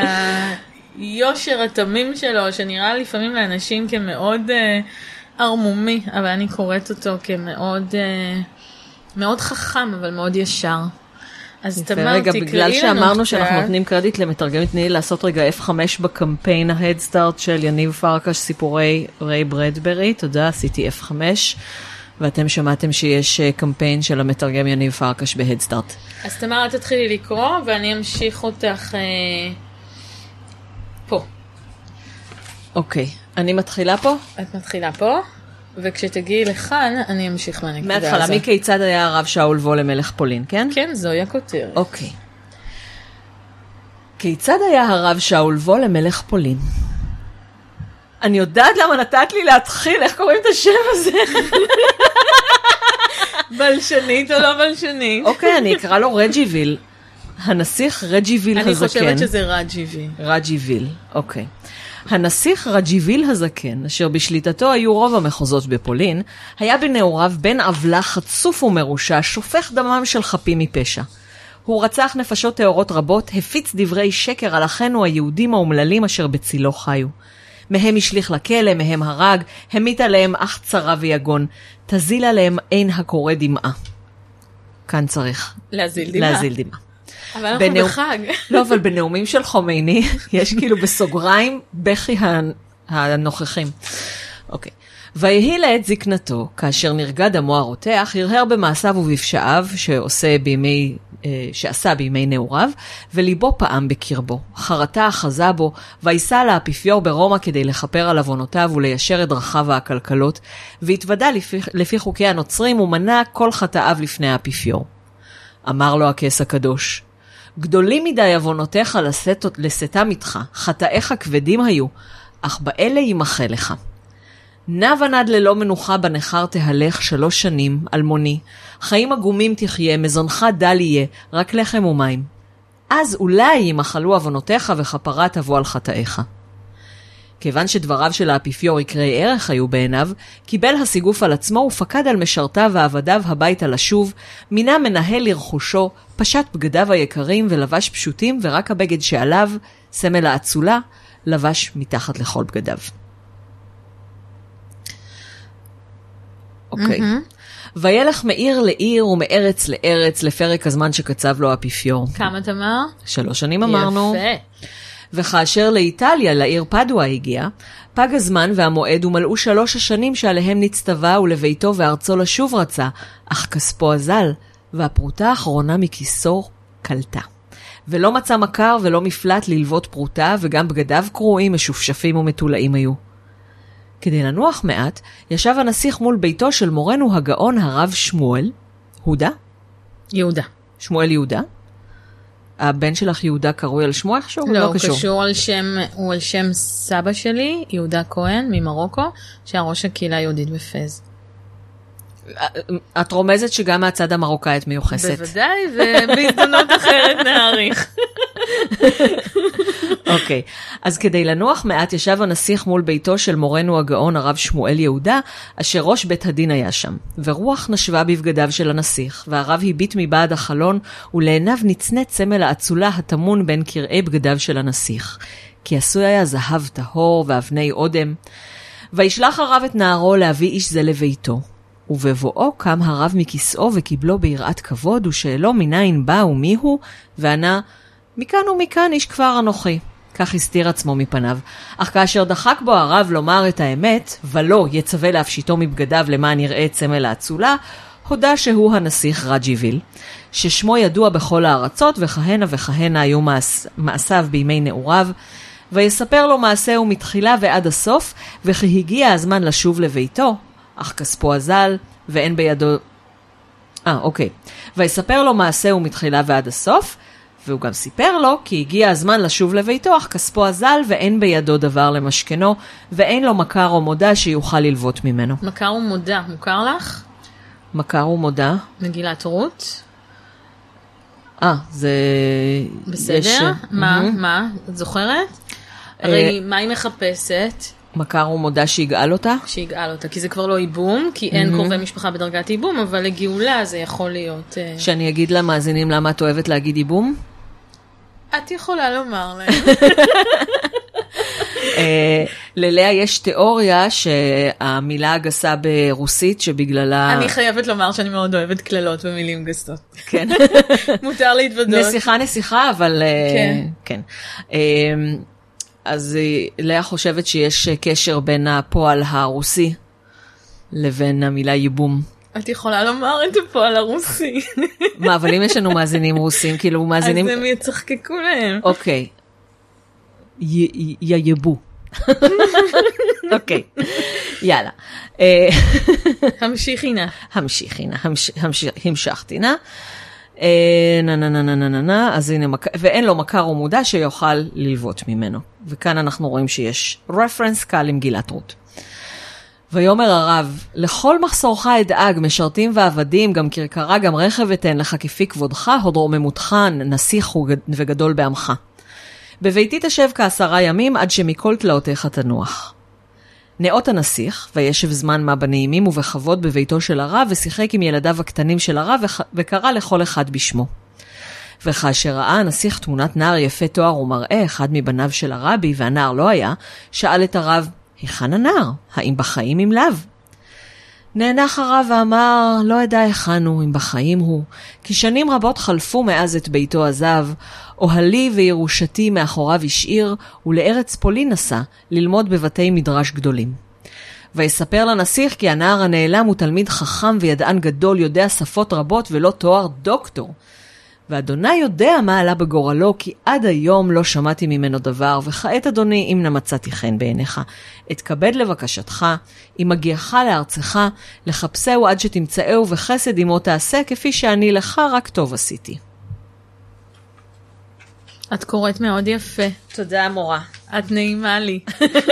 היושר התמים שלו, שנראה לפעמים לאנשים כמאוד ערמומי, אבל אני קוראת אותו כמאוד מאוד חכם, אבל מאוד ישר. אז תמר, רגע, תקראי בגלל לנו שאמרנו קצת. שאנחנו נותנים קרדיט למתרגמת, תני לי לעשות רגע F5 בקמפיין ההדסטארט של יניב פרקש, סיפורי ריי ברדברי. תודה, עשיתי F5. ואתם שמעתם שיש קמפיין של המתרגם יניב פרקש בהדסטארט. אז תמר, את תתחילי לקרוא, ואני אמשיך אותך פה. אוקיי, אני מתחילה פה? את מתחילה פה, וכשתגיעי לכאן, אני אמשיך מהנקודה הזאת. מהתחלה, מכיצד היה הרב שאול וול למלך פולין, כן? כן, זוהי הכותרת. אוקיי. כיצד היה הרב שאול וול למלך פולין? אני יודעת למה נתת לי להתחיל, איך קוראים את השם הזה? בלשנית או לא בלשנית? אוקיי, אני אקרא לו רג'יוויל. הנסיך רג'יוויל הזקן. אני חושבת שזה רג'יוויל. רג'יוויל, אוקיי. הנסיך רג'יוויל הזקן, אשר בשליטתו היו רוב המחוזות בפולין, היה בנעוריו בן עוולה חצוף ומרושע, שופך דמם של חפים מפשע. הוא רצח נפשות טהורות רבות, הפיץ דברי שקר על אחינו היהודים האומללים אשר בצילו חיו. מהם השליך לכלא, מהם הרג, המית עליהם אך צרה ויגון, תזיל עליהם אין הקורא דמעה. כאן צריך להזיל דמעה. להזיל דמעה. אבל אנחנו בחג. לא, אבל בנאומים של חומייני, יש כאילו בסוגריים בכי הנוכחים. אוקיי. ויהי לעת זקנתו, כאשר נרגע דמו הרותח, הרהר במעשיו ובפשעיו שעשה בימי נעוריו, וליבו פעם בקרבו. חרטה אחזה בו, ויסע לאפיפיור ברומא כדי לכפר על עוונותיו וליישר את דרכיו העקלקלות, והתוודע לפי חוקי הנוצרים ומנע כל חטאיו לפני האפיפיור. אמר לו הכס הקדוש, גדולים מדי עוונותיך לשאתם איתך, חטאיך כבדים היו, אך באלה ימחה לך. נע ונד ללא מנוחה בנחר תהלך 3 שנים, אלמוני, חיים עגומים תחיה, מזונך דל יהיה, רק לחם ומים. אז אולי ימחלו עוונותיך וכפרה תבוא על חטאיך. כיוון שדבריו של האפיפיור יקרי ערך היו בעיניו, קיבל הסיגוף על עצמו ופקד על משרתיו ועבדיו הביתה לשוב, מינה מנהל לרכושו, פשט בגדיו היקרים ולבש פשוטים, ורק הבגד שעליו, סמל האצולה, לבש מתחת לכל בגדיו. אוקיי. וילך מעיר לעיר ומארץ לארץ לפרק הזמן שקצב לו האפיפיור. כמה תמר? 3 שנים אמרנו. יפה. וכאשר לאיטליה, לעיר פדואה הגיע, פג הזמן והמועד ומלאו 3 השנים שעליהם נצטווה ולביתו וארצו לשוב רצה, אך כספו אזל, והפרוטה האחרונה מכיסו קלטה. ולא מצא מכר ולא מפלט ללוות פרוטה, וגם בגדיו קרועים, משופשפים ומתולעים היו. כדי לנוח מעט, ישב הנסיך מול ביתו של מורנו הגאון הרב שמואל, יהודה. שמואל יהודה. הבן שלך יהודה קרוי על שמו איכשהו? לא, הוא קשור על שם סבא שלי, יהודה כהן ממרוקו, שהיה ראש הקהילה היהודית בפז. את רומזת שגם מהצד המרוקאית מיוחסת. בוודאי, ובהזדמנות אחרת נעריך. אוקיי, אז כדי לנוח מעט ישב הנסיך מול ביתו של מורנו הגאון הרב שמואל יהודה, אשר ראש בית הדין היה שם, ורוח נשבה בבגדיו של הנסיך, והרב הביט מבעד החלון, ולעיניו נצנץ סמל האצולה הטמון בין קרעי בגדיו של הנסיך, כי עשוי היה זהב טהור ואבני אודם, וישלח הרב את נערו להביא איש זה לביתו. ובבואו קם הרב מכיסאו וקיבלו ביראת כבוד, ושאלו מניין בא ומי הוא, וענה, מכאן ומכאן איש כבר אנוכי. כך הסתיר עצמו מפניו. אך כאשר דחק בו הרב לומר את האמת, ולא יצווה להפשיטו מבגדיו למען יראה את סמל האצולה, הודה שהוא הנסיך רג'יוויל, ששמו ידוע בכל הארצות, וכהנה וכהנה היו מעשיו בימי נעוריו, ויספר לו מעשהו מתחילה ועד הסוף, וכי הגיע הזמן לשוב לביתו, אך כספו אזל, ואין בידו... ויספר לו מעשהו מתחילה ועד הסוף, והוא גם סיפר לו כי הגיע הזמן לשוב לביתו, אך כספו אזל ואין בידו דבר למשכנו, ואין לו מכר או מודה שיוכל ללוות ממנו. מכר ומודה, מוכר לך? מכר ומודה? מגילת רות. זה... בסדר? מה? את זוכרת? הרי מה היא מחפשת? מכר ומודה שיגאל אותה? שיגאל אותה, כי זה כבר לא איבום, כי אין קרובי משפחה בדרגת איבום, אבל לגאולה זה יכול להיות... שאני אגיד למאזינים למה את אוהבת להגיד איבום? את יכולה לומר להם. ללאה יש תיאוריה שהמילה הגסה ברוסית שבגללה... אני חייבת לומר שאני מאוד אוהבת כללות במילים גסות. כן. מותר להתוודות. נסיכה, אבל... כן. אז לאה חושבת שיש קשר בין הפועל הרוסי לבין המילה ייבום. את יכולה לומר את הפועל הרוסי. מה, אבל אם יש לנו מאזינים רוסים, כאילו מאזינים... אז הם יצחקקו להם. אוקיי. ייבו. אוקיי. יאללה. המשיכינה. המשכתינה. אז הנה, ואין לו מכר או מודע שיוכל ללוות ממנו. וכאן אנחנו רואים שיש רפרנס קל למגילת רות. ויאמר הרב, לכל מחסורך אדאג, משרתים ועבדים, גם כרכרה, גם רכב אתן לך כפי כבודך, הוד רוממותך, נסיך וגדול בעמך. בביתי תשב 10 ימים, עד שמכל תלאותיך תנוח. נאות הנסיך, וישב זמן מה בנעימים ובכבוד בביתו של הרב, ושיחק עם ילדיו הקטנים של הרב, וקרא לכל אחד בשמו. וכאשר ראה הנסיך תמונת נער יפה תואר ומראה, אחד מבניו של הרבי, והנער לא היה, שאל את הרב, היכן הנער? האם בחיים אם לאו? נאנח הרב ואמר, לא ידע היכן הוא, אם בחיים הוא, כי שנים רבות חלפו מאז את ביתו עזב, אוהלי וירושתי מאחוריו השאיר, ולארץ פולין נסע, ללמוד בבתי מדרש גדולים. ויספר לנסיך כי הנער הנעלם הוא תלמיד חכם וידען גדול, יודע שפות רבות ולא תואר דוקטור. ואדוני יודע מה עלה בגורלו, כי עד היום לא שמעתי ממנו דבר, וכעת אדוני, אם נמצאתי חן בעיניך, אתכבד לבקשתך, אם מגיעך לארצך, לחפשהו עד שתמצאהו, וחסד עמו תעשה, כפי שאני לך רק טוב עשיתי. את קוראת מאוד יפה. תודה מורה. את נעימה לי.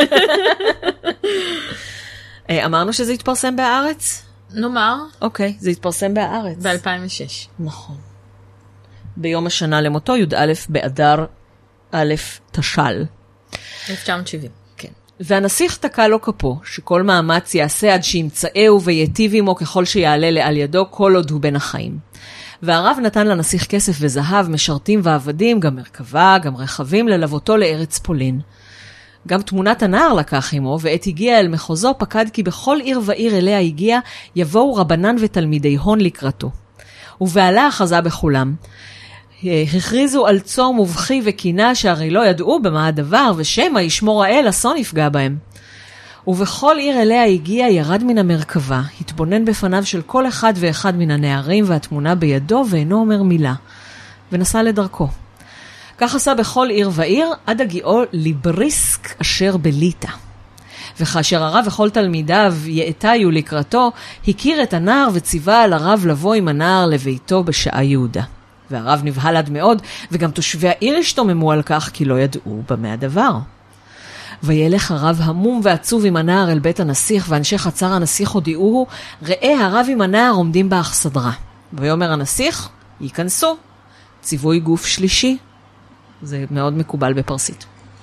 אמרנו שזה יתפרסם בארץ? נאמר. אוקיי, זה יתפרסם בארץ. ב-2006. נכון. ביום השנה למותו, י"א באדר א' תש"ל. 1970. כן. והנסיך תקע לו כפו, שכל מאמץ יעשה עד שימצאהו ויטיב עמו ככל שיעלה לעל ידו, כל עוד הוא בין החיים. והרב נתן לנסיך כסף וזהב, משרתים ועבדים, גם מרכבה, גם רכבים, ללוותו לארץ פולין. גם תמונת הנער לקח עמו, ועת הגיע אל מחוזו, פקד כי בכל עיר ועיר אליה הגיע, יבואו רבנן ותלמידי הון לקראתו. ובעלה אחזה בכולם. הכריזו על צום ובכי וקינה, שהרי לא ידעו במה הדבר, ושמא ישמור האל אסון יפגע בהם. ובכל עיר אליה הגיע, ירד מן המרכבה, התבונן בפניו של כל אחד ואחד מן הנערים, והתמונה בידו, ואינו אומר מילה, ונסע לדרכו. כך עשה בכל עיר ועיר, עד הגיעו לבריסק אשר בליטה. וכאשר הרב וכל תלמידיו יאתיו לקראתו, הכיר את הנער וציווה על הרב לבוא עם הנער לביתו בשעה יהודה. והרב נבהל עד מאוד, וגם תושבי העיר השתוממו על כך, כי לא ידעו במה הדבר. וילך הרב המום ועצוב עם הנער אל בית הנסיך, ואנשי חצר הנסיך הודיעוהו, ראה הרב עם הנער עומדים באכסדרה. ויאמר הנסיך, ייכנסו. ציווי גוף שלישי. זה מאוד מקובל בפרסית.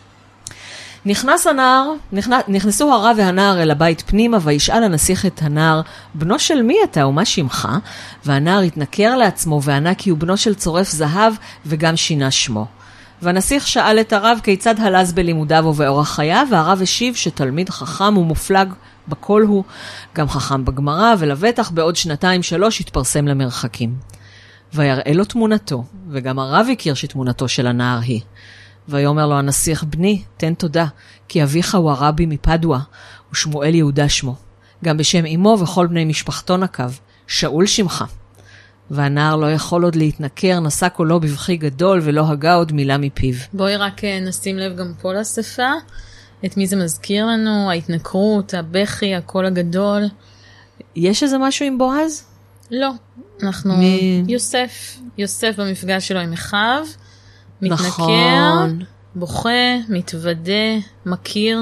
נכנסו הרב והנער אל הבית פנימה, וישאל הנסיך את הנער, בנו של מי אתה ומה שמך? והנער התנכר לעצמו וענה כי הוא בנו של צורף זהב, וגם שינה שמו. והנסיך שאל את הרב כיצד הלז בלימודיו ובאורח חייו, והרב השיב שתלמיד חכם ומופלג בכל הוא, גם חכם בגמרא, ולבטח בעוד 2-3 התפרסם למרחקים. ויראה לו תמונתו, וגם הרב הכיר שתמונתו של הנער היא. ויאמר לו הנסיך, בני, תן תודה, כי אביך הוא הרבי מפדואה, ושמואל יהודה שמו. גם בשם אמו וכל בני משפחתו נקב, שאול שמך. והנער לא יכול עוד להתנכר, נשא קולו בבכי גדול, ולא הגה עוד מילה מפיו. בואי רק נשים לב גם פה לשפה, את מי זה מזכיר לנו, ההתנכרות, הבכי, הקול הגדול. יש איזה משהו עם בועז? לא, אנחנו יוסף במפגש שלו עם אחיו, מתנכר, נכון. בוכה, מתוודה, מכיר.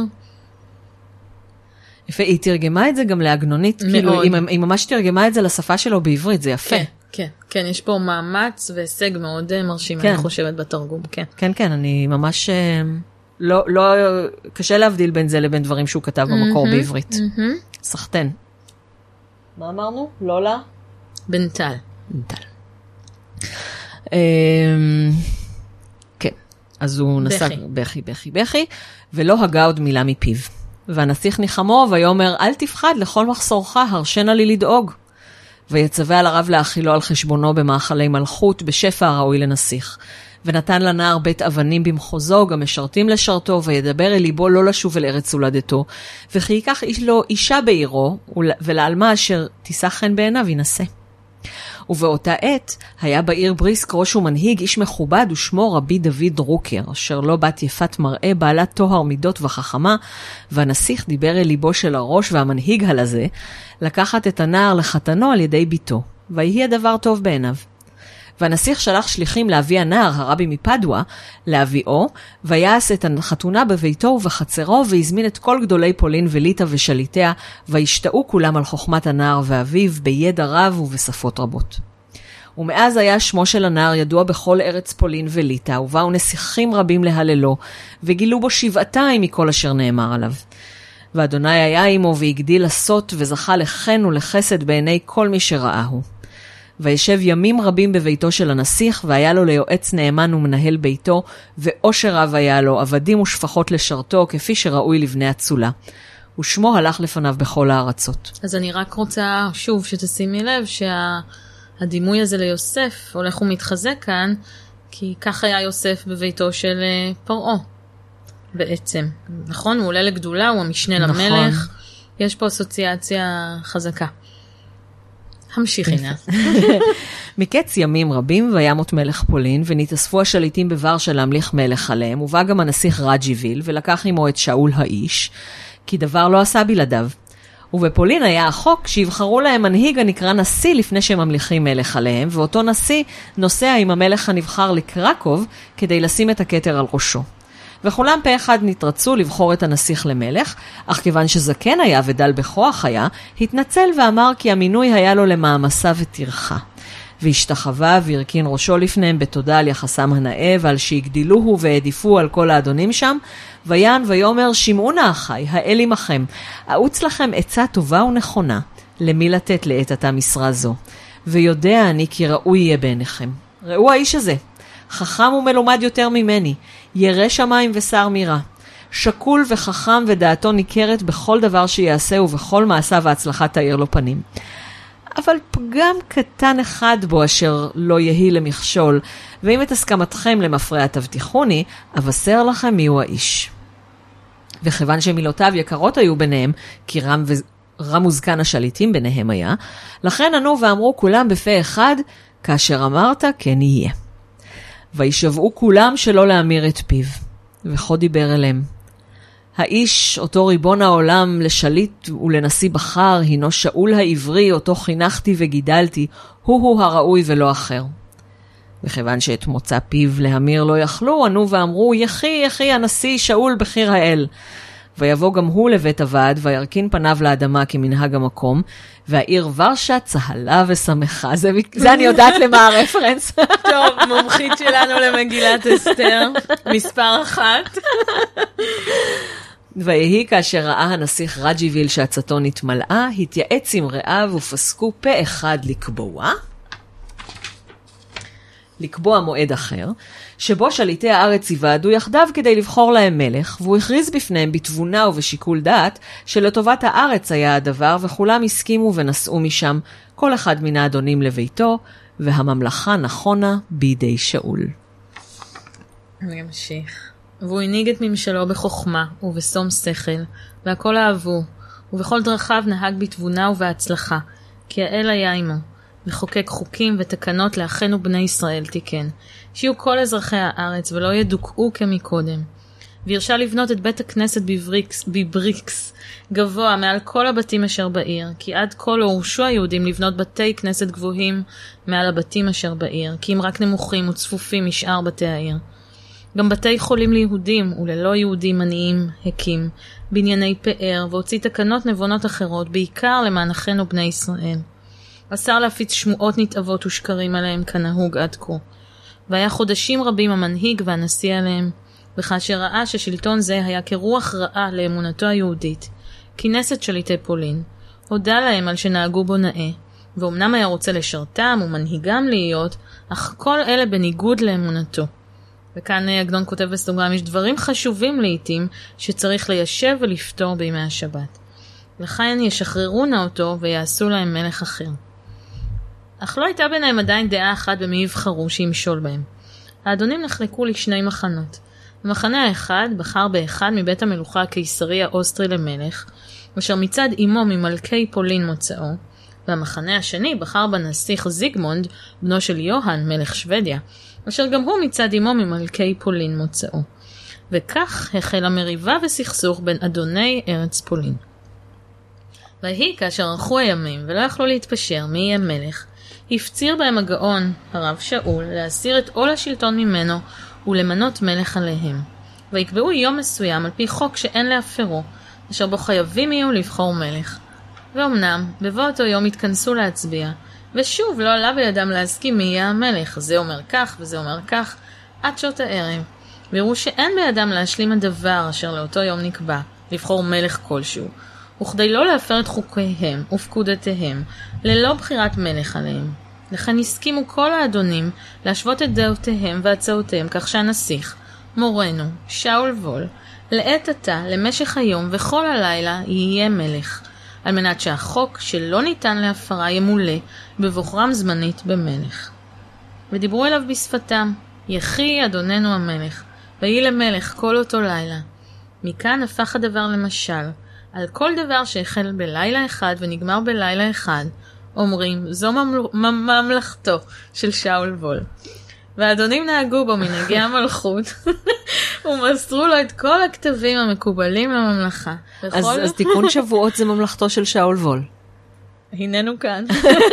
יפה, היא תרגמה את זה גם לעגנונית, כאילו, היא ממש תרגמה את זה לשפה שלו בעברית, זה יפה. כן, יש פה מאמץ והישג מאוד מרשים, אני חושבת בתרגום, כן. כן, אני ממש, לא, קשה להבדיל בין זה לבין דברים שהוא כתב במקור בעברית. סחטן. מה אמרנו? לולה? בנטל. כן, אז הוא נסע בכי, ולא הגה עוד מילה מפיו. והנסיך ניחמו ויאמר, אל תפחד לכל מחסורך, הרשנה לי לדאוג. ויצווה על הרב להאכילו על חשבונו במאכלי מלכות, בשפע הראוי לנסיך. ונתן לנער בית אבנים במחוזו, גם משרתים לשרתו, וידבר אל ליבו לא לשוב אל ארץ הולדתו. וכי ייקח לו אישה בעירו, ולעלמה אשר תישא חן בעיניו ינסה. ובאותה עת היה בעיר בריסק ראש ומנהיג, איש מכובד ושמו רבי דוד רוקר, אשר לא בת יפת מראה, בעלת תוהר מידות וחכמה, והנסיך דיבר אל ליבו של הראש והמנהיג הלזה, לקחת את הנער לחתנו על ידי ביתו, ויהי הדבר טוב בעיניו. והנסיך שלח שליחים להביא הנער, הרבי מפדואה, להביאו, ויעש את החתונה בביתו ובחצרו, והזמין את כל גדולי פולין וליטא ושליטיה, וישתאו כולם על חוכמת הנער ואביו, בידע רב ובשפות רבות. ומאז היה שמו של הנער ידוע בכל ארץ פולין וליטא, ובאו נסיכים רבים להללו, וגילו בו 7 מכל אשר נאמר עליו. ואדוני היה עמו והגדיל לעשות, וזכה לחן ולחסד בעיני כל מי שראהו. וישב ימים רבים בביתו של הנסיך, והיה לו ליועץ נאמן ומנהל ביתו, ואושר רב היה לו, עבדים ושפחות לשרתו, כפי שראוי לבני הצולה. ושמו הלך לפניו בכל הארצות. אז אני רק רוצה שוב שתשימי לב שהדימוי הזה ליוסף הולך ומתחזק כאן, כי כך היה יוסף בביתו של פרעה בעצם. נכון? הוא עולה לגדולה, הוא המשנה למלך. יש פה אסוציאציה חזקה. המשיכי נא. מקץ ימים רבים וימות מלך פולין, ונתאספו השליטים בוורשה להמליך מלך עליהם, ובא גם הנסיך רג'יביל, ולקח עמו את שאול האיש, כי דבר לא עשה בלעדיו. ובפולין היה החוק שיבחרו להם מנהיג הנקרא נשיא לפני שממליכים מלך עליהם, ואותו נשיא נוסע עם המלך הנבחר לקרקוב, כדי לשים את הכתר על ראשו. וכולם פה אחד נתרצו לבחור את הנסיך למלך, אך כיוון שזקן היה ודל בכוח היה, התנצל ואמר כי המינוי היה לו למאמסה ותרחה. והשתחווה והרכין ראשו לפניהם בתודה על יחסם הנאה ועל שהגדילוהו והעדיפו על כל האדונים שם, ויען ויאמר שמעו נא אחי, האל עמכם, אעוץ לכם עצה טובה ונכונה, למי לתת לעת עתה משרה זו, ויודע אני כי ראוי יהיה בעיניכם. ראו האיש הזה, חכם ומלומד יותר ממני, ירא שמיים ושר מירה, שקול וחכם ודעתו ניכרת בכל דבר שיעשה ובכל מעשיו והצלחת תאיר לו פנים. אבל פגם קטן אחד בו אשר לא יהי למכשול, ואם את הסכמתכם למפרע תבטיחוני, אבשר לכם מיהו האיש. וכיוון שמילותיו יקרות היו ביניהם, כי רם וזקן השליטים ביניהם היה, לכן ענו ואמרו כולם בפה אחד, כאשר אמרת כן יהיה. וישבעו כולם שלא להמיר את פיו. וכה דיבר אליהם, האיש, אותו ריבון העולם לשליט ולנשיא בחר, הינו שאול העברי, אותו חינכתי וגידלתי, הוא הראוי ולא אחר. וכיוון שאת מוצא פיו להמיר לא יכלו, ענו ואמרו, יחי הנשיא שאול בחיר האל. ויבוא גם הוא לבית הוועד, וירכין פניו לאדמה כמנהג המקום, והעיר ורשה צהלה ושמחה. זה אני יודעת למה הרפרנס. טוב, מומחית שלנו למגילת אסתר, מספר 1. ויהי כאשר ראה הנסיך רג'יוויל שעצתו נתמלאה, התייעץ עם רעיו ופסקו פה אחד לקבוע מועד אחר, שבו שליטי הארץ יוועדו יחדיו כדי לבחור להם מלך, והוא הכריז בפניהם בתבונה ובשיקול דעת, שלטובת הארץ היה הדבר, וכולם הסכימו ונסעו משם, כל אחד מן האדונים לביתו, והממלכה נכונה בידי שאול. אני אמשיך. והוא הנהיג את ממשלו בחוכמה ובשום שכל, והכל אהבו, ובכל דרכיו נהג בתבונה ובהצלחה, כי האל היה עמו. וחוקק חוקים ותקנות לאחינו בני ישראל תיקן, שיהיו כל אזרחי הארץ ולא ידוכאו כמקודם. והרשה לבנות את בית הכנסת בבריקס, גבוה מעל כל הבתים אשר בעיר, כי עד כה לא הורשו היהודים לבנות בתי כנסת גבוהים מעל הבתים אשר בעיר, כי הם רק נמוכים וצפופים משאר בתי העיר. גם בתי חולים ליהודים וללא יהודים עניים הקים, בנייני פאר, והוציא תקנות נבונות אחרות, בעיקר למען אחינו בני ישראל. אסר להפיץ שמועות נתאבות ושקרים עליהם כנהוג עד כה. והיה חודשים רבים המנהיג והנשיא עליהם, וכאשר ראה ששלטון זה היה כרוח רעה לאמונתו היהודית, כינס את שליטי פולין, הודע להם על שנהגו בו נאה, ואומנם היה רוצה לשרתם ומנהיגם להיות, אך כל אלה בניגוד לאמונתו. וכאן עגנון כותב בסוגריים, יש דברים חשובים לעתים שצריך ליישב ולפתור בימי השבת. לכן ישחררו נא אותו ויעשו להם מלך אחר. אך לא הייתה ביניהם עדיין דעה אחת במי יבחרו שימשול בהם. האדונים נחלקו לשני מחנות. המחנה האחד בחר באחד מבית המלוכה הקיסרי האוסטרי למלך, אשר מצד אמו ממלכי פולין מוצאו, והמחנה השני בחר בנסיך זיגמונד, בנו של יוהן, מלך שוודיה, אשר גם הוא מצד אמו ממלכי פולין מוצאו. וכך החלה מריבה וסכסוך בין אדוני ארץ פולין. ויהי כאשר ערכו הימים ולא יכלו להתפשר מי יהיה מלך, הפציר בהם הגאון, הרב שאול, להסיר את עול השלטון ממנו ולמנות מלך עליהם. ויקבעו יום מסוים על פי חוק שאין להפרו, אשר בו חייבים יהיו לבחור מלך. ואומנם, בבוא אותו יום התכנסו להצביע, ושוב לא עלה בידם להסכים מי יהיה המלך, זה אומר כך וזה אומר כך, עד שעות הערב. ויראו שאין בידם להשלים הדבר אשר לאותו יום נקבע, לבחור מלך כלשהו, וכדי לא להפר את חוקיהם ופקודותיהם, ללא בחירת מלך עליהם. לכן הסכימו כל האדונים להשוות את דעותיהם והצעותיהם, כך שהנסיך, מורנו, שאול וול, לעת עתה, למשך היום וכל הלילה יהיה מלך, על מנת שהחוק שלא ניתן להפרה ימולא בבוחרם זמנית במלך. ודיברו אליו בשפתם, יחי אדוננו המלך, ויהי למלך כל אותו לילה. מכאן הפך הדבר למשל, על כל דבר שהחל בלילה אחד ונגמר בלילה אחד, אומרים, זו ממלכתו של שאול וול. והאדונים נהגו בו מנהגי המלכות, ומסרו לו את כל הכתבים המקובלים לממלכה. אז תיקון שבועות זה ממלכתו של שאול וול. הננו כאן.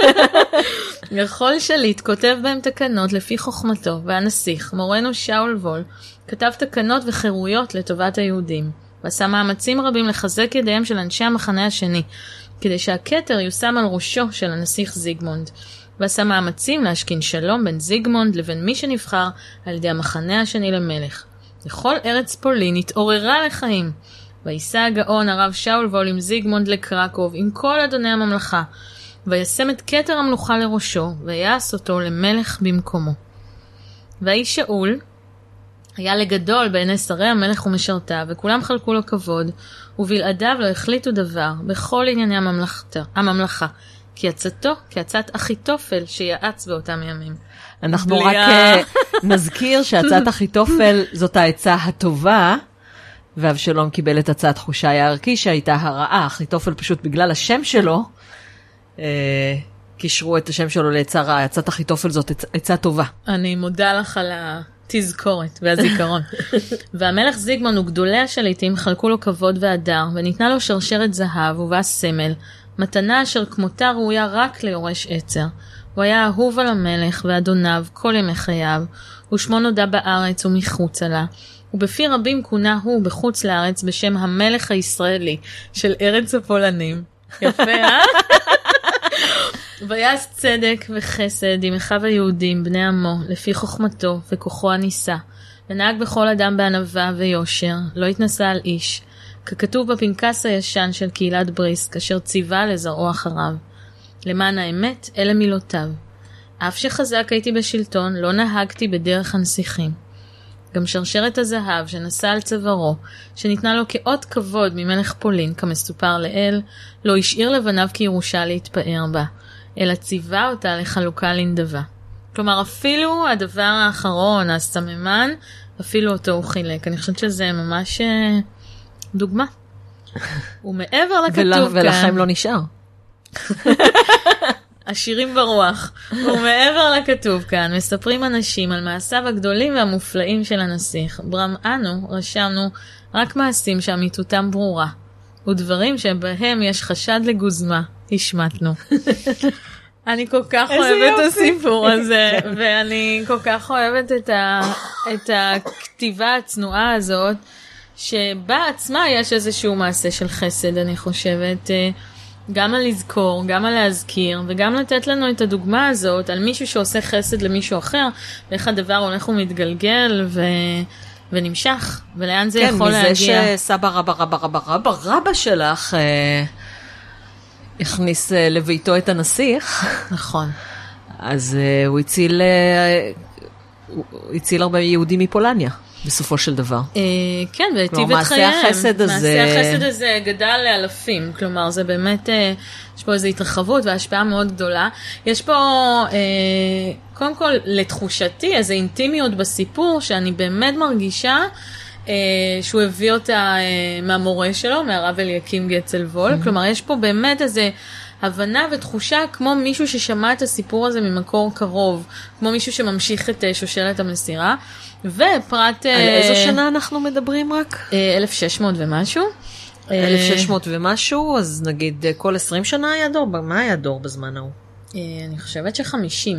לכל שליט כותב בהם תקנות לפי חוכמתו, והנסיך, מורנו שאול וול, כתב תקנות וחירויות לטובת היהודים. ועשה מאמצים רבים לחזק ידיהם של אנשי המחנה השני, כדי שהכתר יושם על ראשו של הנסיך זיגמונד. ועשה מאמצים להשכין שלום בין זיגמונד לבין מי שנבחר על ידי המחנה השני למלך. לכל ארץ פולין התעוררה לחיים. ויסע הגאון הרב שאול וול עם זיגמונד לקרקוב עם כל אדוני הממלכה, וישם את כתר המלוכה לראשו, ויעש אותו למלך במקומו. והאיש שאול היה לגדול בעיני שרי המלך ומשרתיו, וכולם חלקו לו כבוד, ובלעדיו לא החליטו דבר בכל ענייני הממלכה, כי עצתו כעצת אחיתופל שיעץ באותם ימים. אנחנו רק נזכיר שהצעת אחיתופל זאת העצה הטובה, ואבשלום קיבל את הצעת חושי הערכי שהייתה הרעה. אחיתופל פשוט בגלל השם שלו קישרו את השם שלו לעצה רעה, עצת אחיתופל זאת עצה טובה. אני מודה לך על התזכורת והזיכרון. והמלך זיגמונד וגדולי השליטים חלקו לו כבוד והדר, וניתנה לו שרשרת זהב ובה סמל, מתנה אשר כמותה ראויה רק ליורש עצר. הוא היה אהוב על המלך ואדוניו כל ימי חייו, ושמו נודע בארץ ומחוצה לה. ובפי רבים כונה הוא בחוץ לארץ בשם המלך הישראלי של ארץ הפולנים. יפה, ויעש צדק וחסד עם אחיו היהודים בני עמו לפי חוכמתו וכוחו הניסה, ונהג בכל אדם בענווה ויושר, לא התנסה על איש, ככתוב בפנקס הישן של קהילת בריסק, אשר ציווה לזרעו אחריו. למען האמת, אלה מילותיו. אף שחזק הייתי בשלטון, לא נהגתי בדרך הנסיכים. גם שרשרת הזהב שנשא על צווארו, שניתנה לו כאות כבוד ממלך פולין, כמסופר לאל, לא השאיר לבניו כירושה להתפאר בה, אלא ציווה אותה לחלוקה לנדבה. כלומר, אפילו הדבר האחרון, הסממן, אפילו אותו הוא חילק. אני חושבת שזה ממש דוגמה. ומעבר לכתוב כאן... ולכם לא נשאר. השירים ברוח. ומעבר לכתוב כאן, מספרים אנשים על מעשיו הגדולים והמופלאים של הנסיך. ברם אנו רשמנו רק מעשים שאמיתותם ברורה, ודברים שבהם יש חשד לגוזמה, השמטנו. אני כל כך אוהבת את הסיפור הזה, ואני כל כך אוהבת את הכתיבה הצנועה הזאת, שבה עצמה יש איזשהו מעשה של חסד, אני חושבת, גם על לזכור, גם על להזכיר, וגם לתת לנו את הדוגמה הזאת על מישהו שעושה חסד למישהו אחר, ואיך הדבר הולך ומתגלגל ונמשך, ולאן זה יכול להגיע. כן, מזה שסבא רבא שלך הכניס לביתו את הנסיך. נכון. אז הוא הציל הרבה יהודים מפולניה. בסופו של דבר. כן, והטיב את חייהם. מעשה החסד הזה גדל לאלפים, כלומר זה באמת, יש פה איזו התרחבות והשפעה מאוד גדולה. יש פה, קודם כל, לתחושתי, איזו אינטימיות בסיפור, שאני באמת מרגישה שהוא הביא אותה מהמורה שלו, מהרב אליקים גצל וול, כלומר יש פה באמת איזו הבנה ותחושה כמו מישהו ששמע את הסיפור הזה ממקור קרוב, כמו מישהו שממשיך את שושלת המסירה. ופרט... על איזו שנה אנחנו מדברים רק? 1600 ומשהו. 1600 ומשהו, אז נגיד כל 20 שנה היה דור, מה היה דור בזמן ההוא? אני חושבת ש50.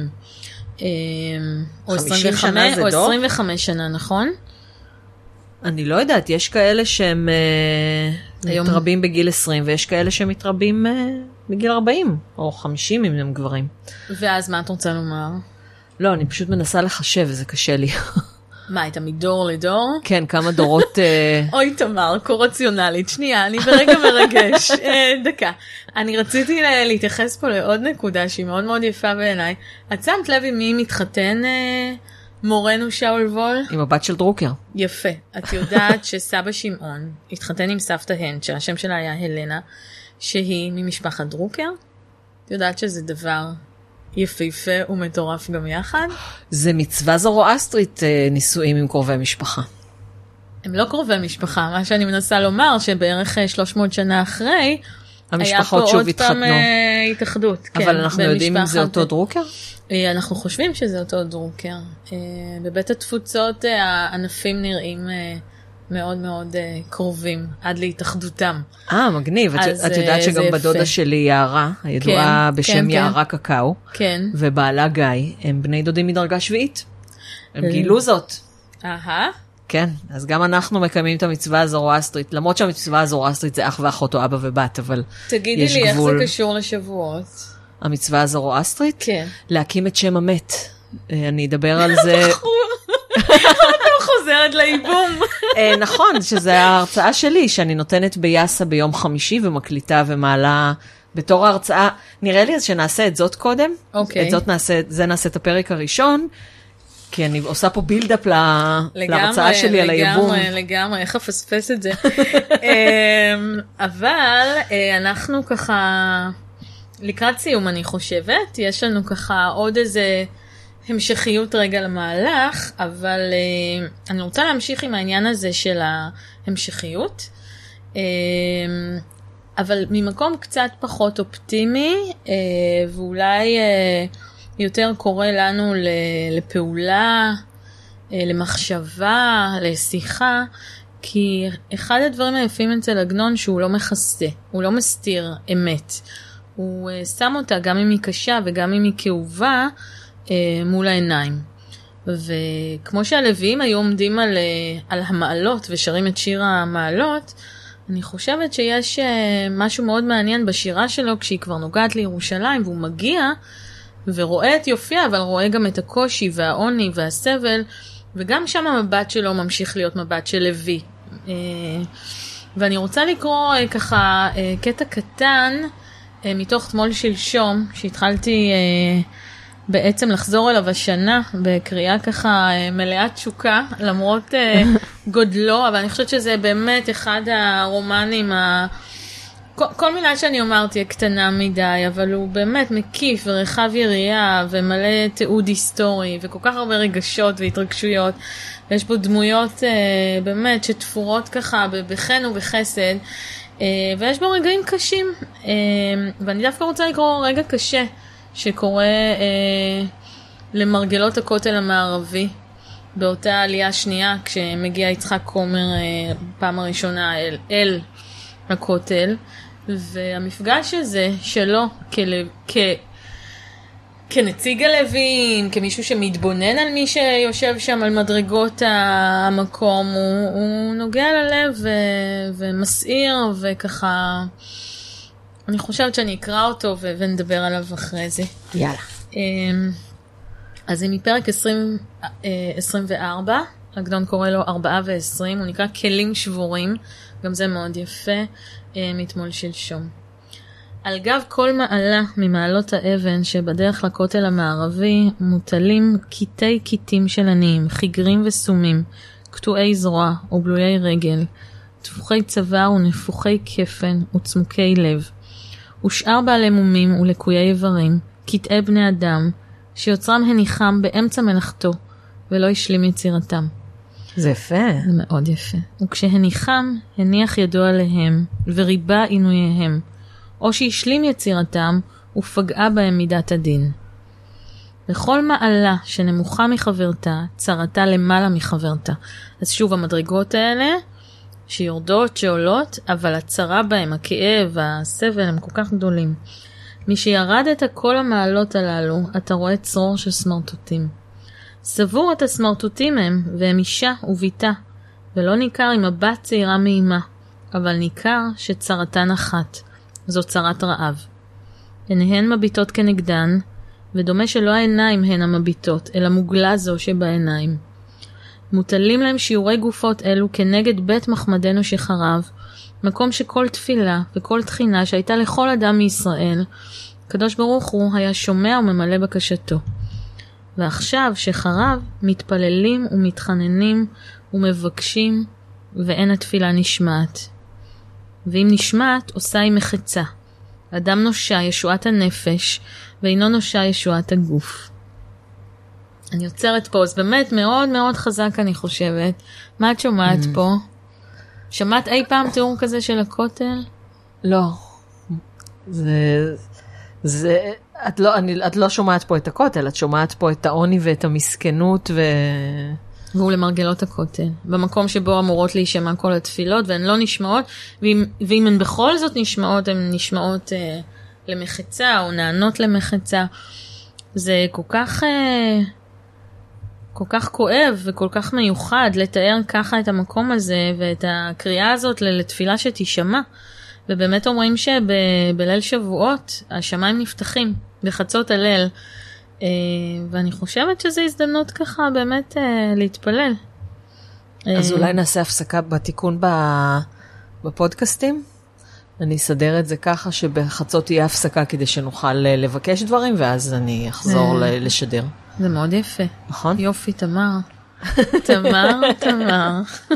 או 50 שנה זה דור? 25 שנה, נכון? אני לא יודעת, יש כאלה שהם מתרבים בגיל 20, ויש כאלה שמתרבים בגיל 40, או 50 אם הם גברים. ואז מה את רוצה לומר? לא, אני פשוט מנסה לחשב, זה קשה לי. מה, הייתה מדור לדור? כן, כמה דורות... אוי, תמר, קורציונלית. שנייה, אני ברגע מרגש. דקה. אני רציתי להתייחס פה לעוד נקודה שהיא מאוד מאוד יפה בעיניי. את שמת לב עם מי מתחתן מורנו שאול וול? עם הבת של דרוקר. יפה. את יודעת שסבא שמעון התחתן עם סבתא הנד, שהשם שלה היה הלנה, שהיא ממשפחת דרוקר? את יודעת שזה דבר... יפהפה ומטורף גם יחד. זה מצווה זרואסטרית נישואים עם קרובי משפחה. הם לא קרובי משפחה, מה שאני מנסה לומר שבערך 300 שנה אחרי, המשפחות שוב התחתנו. היה פה עוד פעם התאחדות. אבל אנחנו יודעים אם זה אותו דרוקר? אנחנו חושבים שזה אותו דרוקר. בבית התפוצות הענפים נראים מאוד מאוד קרובים עד להתאחדותם. מגניב. את יודעת שגם בדודה שלי יערה, הידועה בשם יערה קקאו, ובעלה גיא, הם בני דודים מדרגה שביעית. הם גילו זאת. כן, אז גם אנחנו מקיימים את המצווה הזרואסטרית, למרות שהמצווה הזרואסטרית זה אח ואחות או אבא ובת, אבל תגידי לי איך זה קשור לשבועות. המצווה הזרואסטרית? כן. להקים את שם המת. אני אדבר על זה... חוזרת לאיבום. נכון, שזה ההרצאה שלי, שאני נותנת ביאסה ביום חמישי, ומקליטה ומעלה בתור ההרצאה. נראה לי אז שנעשה את זאת קודם. אוקיי. את זאת נעשה את הפרק הראשון, כי אני עושה פה בילדאפ להרצאה שלי על היבום. לגמרי, איך אפספס את זה. אבל אנחנו ככה, לקראת סיום אני חושבת, יש לנו ככה עוד איזה... המשכיות רגע למהלך, אבל אני רוצה להמשיך עם העניין הזה של ההמשכיות. אבל ממקום קצת פחות אופטימי, ואולי יותר קורא לנו לפעולה, למחשבה, לשיחה, כי אחד הדברים היפים אצל עגנון שהוא לא מכסה, הוא לא מסתיר אמת. הוא שם אותה גם אם היא קשה וגם אם היא כאובה מול העיניים. וכמו שהלוויים היו עומדים על המעלות ושרים את שיר המעלות, אני חושבת שיש משהו מאוד מעניין בשירה שלו כשהיא כבר נוגעת לירושלים והוא מגיע ורואה את יופיה, אבל רואה גם את הקושי והעוני והסבל, וגם שם המבט שלו ממשיך להיות מבט של לוי. ואני רוצה לקרוא ככה קטע קטן מתוך תמול שלשום, שהתחלתי בעצם לחזור אליו השנה, בקריאה ככה מלאת תשוקה, למרות גודלו, אבל אני חושבת שזה באמת אחד הרומנים, כל מילה שאני אומרת קטנה מדי, אבל הוא באמת מקיף ורחב יריעה, ומלא תיעוד היסטורי, וכל כך הרבה רגשות והתרגשויות, ויש בו דמויות באמת שתפורות ככה בחן ובחסד, ויש בו רגעים קשים, ואני דווקא רוצה לקרוא רגע קשה, שקורה למרגלות הכותל המערבי, באותה עלייה שנייה, כשמגיע יצחק קומר פעם הראשונה אל הכותל, והמפגש הזה שלו כנציג הלווים, כמישהו שמתבונן על מי שיושב שם על מדרגות המקום, הוא נוגע ללב ומסעיר, וככה אני חושבת שאני אקרא אותו ונדבר עליו אחרי זה. יאללה. אז זה מפרק 24, עגנון קורא לו 4 ו-20, הוא נקרא כלים שבורים, גם זה מאוד יפה, מתמול שלשום. על גב כל מעלה ממעלות האבן שבדרך לכותל המערבי מוטלים קיטי קיטים של עניים, חיגרים וסומים, קטועי זרוע ובלויי רגל, תפוחי צוואר ונפוחי כפן וצמוקי לב, ושאר בעלי מומים ולקויי איברים, קטעי בני אדם, שיוצרם הניחם באמצע מלאכתו, ולא השלים יצירתם. זה יפה. זה מאוד יפה. וכשהניחם, הניח ידו עליהם, וריבה עינוייהם, או שהשלים יצירתם, ופגעה בהם מידת הדין. וכל מעלה שנמוכה מחברתה, צרתה למעלה מחברתה. אז שוב, המדרגות האלה, שיורדות, שעולות, אבל הצרה בהם, הכאב, הסבל, הם כל כך גדולים. מי שירד את כל המעלות הללו, אתה רואה צרור של סמרטוטים. סבור את הסמרטוטים הם, והם אישה וביתה, ולא ניכר עם הבת צעירה מאימה, אבל ניכר שצרתן אחת, זו צרת רעב. עיניהן מביטות כנגדן, ודומה שלא העיניים הן המביטות, אלא מוגלה זו שבעיניים. מוטלים להם שיעורי גופות אלו כנגד בית מחמדנו שחרב, מקום שכל תפילה וכל תחינה שהייתה לכל אדם מישראל, הקדוש ברוך הוא היה שומע וממלא בקשתו. ועכשיו שחרב, מתפללים ומתחננים ומבקשים, ואין התפילה נשמעת. ואם נשמעת, עושה היא מחצה. אדם נושע ישועת הנפש, ואינו נושע ישועת הגוף. אני יוצרת פה, אז באמת מאוד מאוד חזק אני חושבת. מה את שומעת פה? שמעת אי פעם תיאור כזה של הכותל? לא. את לא שומעת פה את הכותל, את שומעת פה את העוני ואת המסכנות והוא למרגלות הכותל. במקום שבו אמורות להישמע כל התפילות, והן לא נשמעות, ואם הן בכל זאת נשמעות, הן נשמעות למחצה, או נענות למחצה. זה כל כך כואב וכל כך מיוחד לתאר ככה את המקום הזה, ואת הקריאה הזאת לתפילה שתשמע. ובאמת אומרים שבליל שבועות השמיים נפתחים בחצות הליל, ואני חושבת שזו הזדמנות ככה באמת להתפלל. אז אולי נעשה הפסקה בתיקון בפודקאסטים? אני אסדר את זה ככה שבחצות תהיה הפסקה כדי שנוכל לבקש דברים, ואז אני אחזור לשדר. זה מאוד יפה. נכון? יופי, תמר. תמר.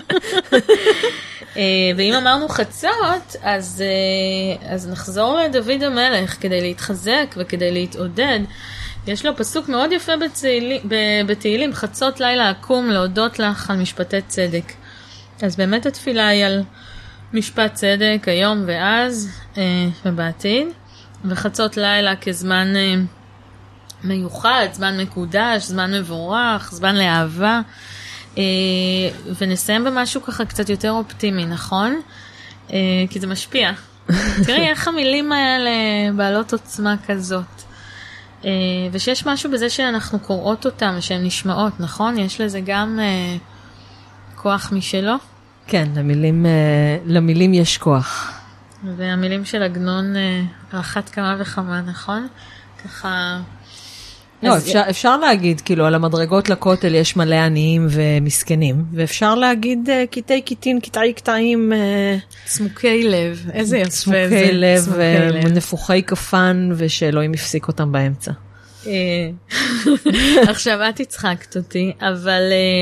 ואם אמרנו חצות, אז נחזור לדוד המלך כדי להתחזק וכדי להתעודד. יש לו פסוק מאוד יפה בתהילים, חצות לילה אקום להודות לך על משפטי צדק. אז באמת התפילה היא על משפט צדק היום ואז ובעתיד, וחצות לילה כזמן מיוחד, זמן מקודש, זמן מבורך, זמן לאהבה, ונסיים במשהו ככה קצת יותר אופטימי, נכון? כי זה משפיע. תראי איך המילים האלה בעלות עוצמה כזאת. ושיש משהו בזה שאנחנו קוראות אותם, שהן נשמעות, נכון? יש לזה גם כוח משלו? כן, למילים יש כוח. והמילים של עגנון על אחת כמה וכמה, נכון? ככה... לא, אפשר להגיד, כאילו, על המדרגות לכותל יש מלא עניים ומסכנים, ואפשר להגיד קיטי קיטין, קיטאי קטעים... צמוקי לב, איזה יפה זה. צמוקי לב, נפוחי כפן, ושאלוהים יפסיק אותם באמצע. עכשיו את הצחקת אותי, אבל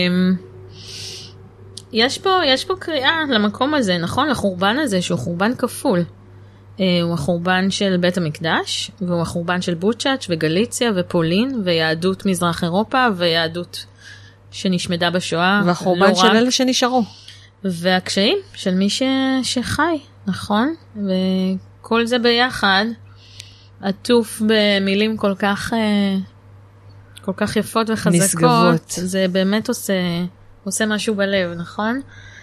יש פה קריאה למקום הזה, נכון? לחורבן הזה, שהוא חורבן כפול. הוא החורבן של בית המקדש, והוא החורבן של בוצ'אץ' וגליציה ופולין, ויהדות מזרח אירופה, ויהדות שנשמדה בשואה. והחורבן של אלה שנשארו. והקשיים של מי שחי, נכון? וכל זה ביחד, עטוף במילים כל כך יפות וחזקות. נשגבות. זה באמת עושה משהו בלב, נכון?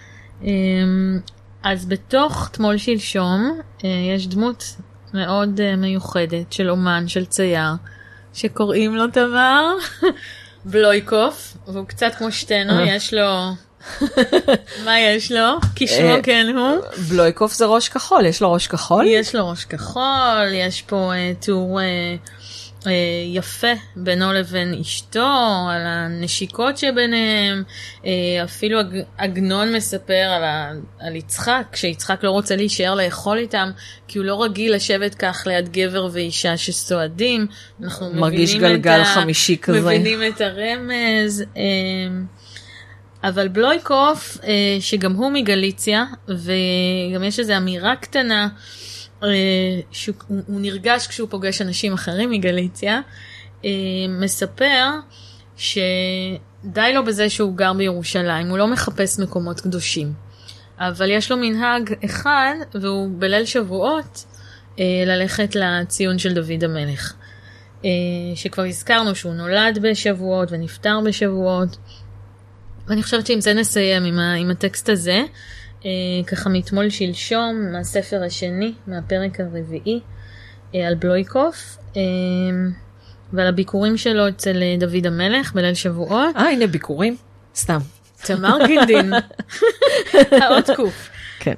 אז בתוך תמול שלשום יש דמות מאוד מיוחדת של אומן, של צייר, שקוראים לו תמר בלויקוף, והוא קצת כמו שתינו, יש לו... מה יש לו? כשמו כן הוא. בלויקוף זה ראש כחול, יש לו ראש כחול? יש לו ראש כחול, יש פה תיאור יפה בינו לבין אשתו, על הנשיקות שביניהם, אפילו עגנון מספר על יצחק, כשיצחק לא רוצה להישאר לאכול איתם, כי הוא לא רגיל לשבת כך ליד גבר ואישה שסועדים, אנחנו מרגיש גלגל חמישי כזה. מבינים את הרמז, אבל בלויקוף, שגם הוא מגליציה, וגם יש איזו אמירה קטנה, שהוא נרגש כשהוא פוגש אנשים אחרים מגליציה, מספר שדי לו בזה שהוא גר בירושלים, הוא לא מחפש מקומות קדושים, אבל יש לו מנהג אחד, והוא בליל שבועות ללכת לציון של דוד המלך, שכבר הזכרנו שהוא נולד בשבועות ונפטר בשבועות, ואני חושבת שעם זה נסיים עם הטקסט הזה, ככה מתמול שלשום, מהספר השני, מהפרק הרביעי, על בלויקוף, ועל הביקורים שלו אצל דוד המלך בליל שבועות. הנה ביקורים, סתם. תמר גינדין, האות קוף. כן.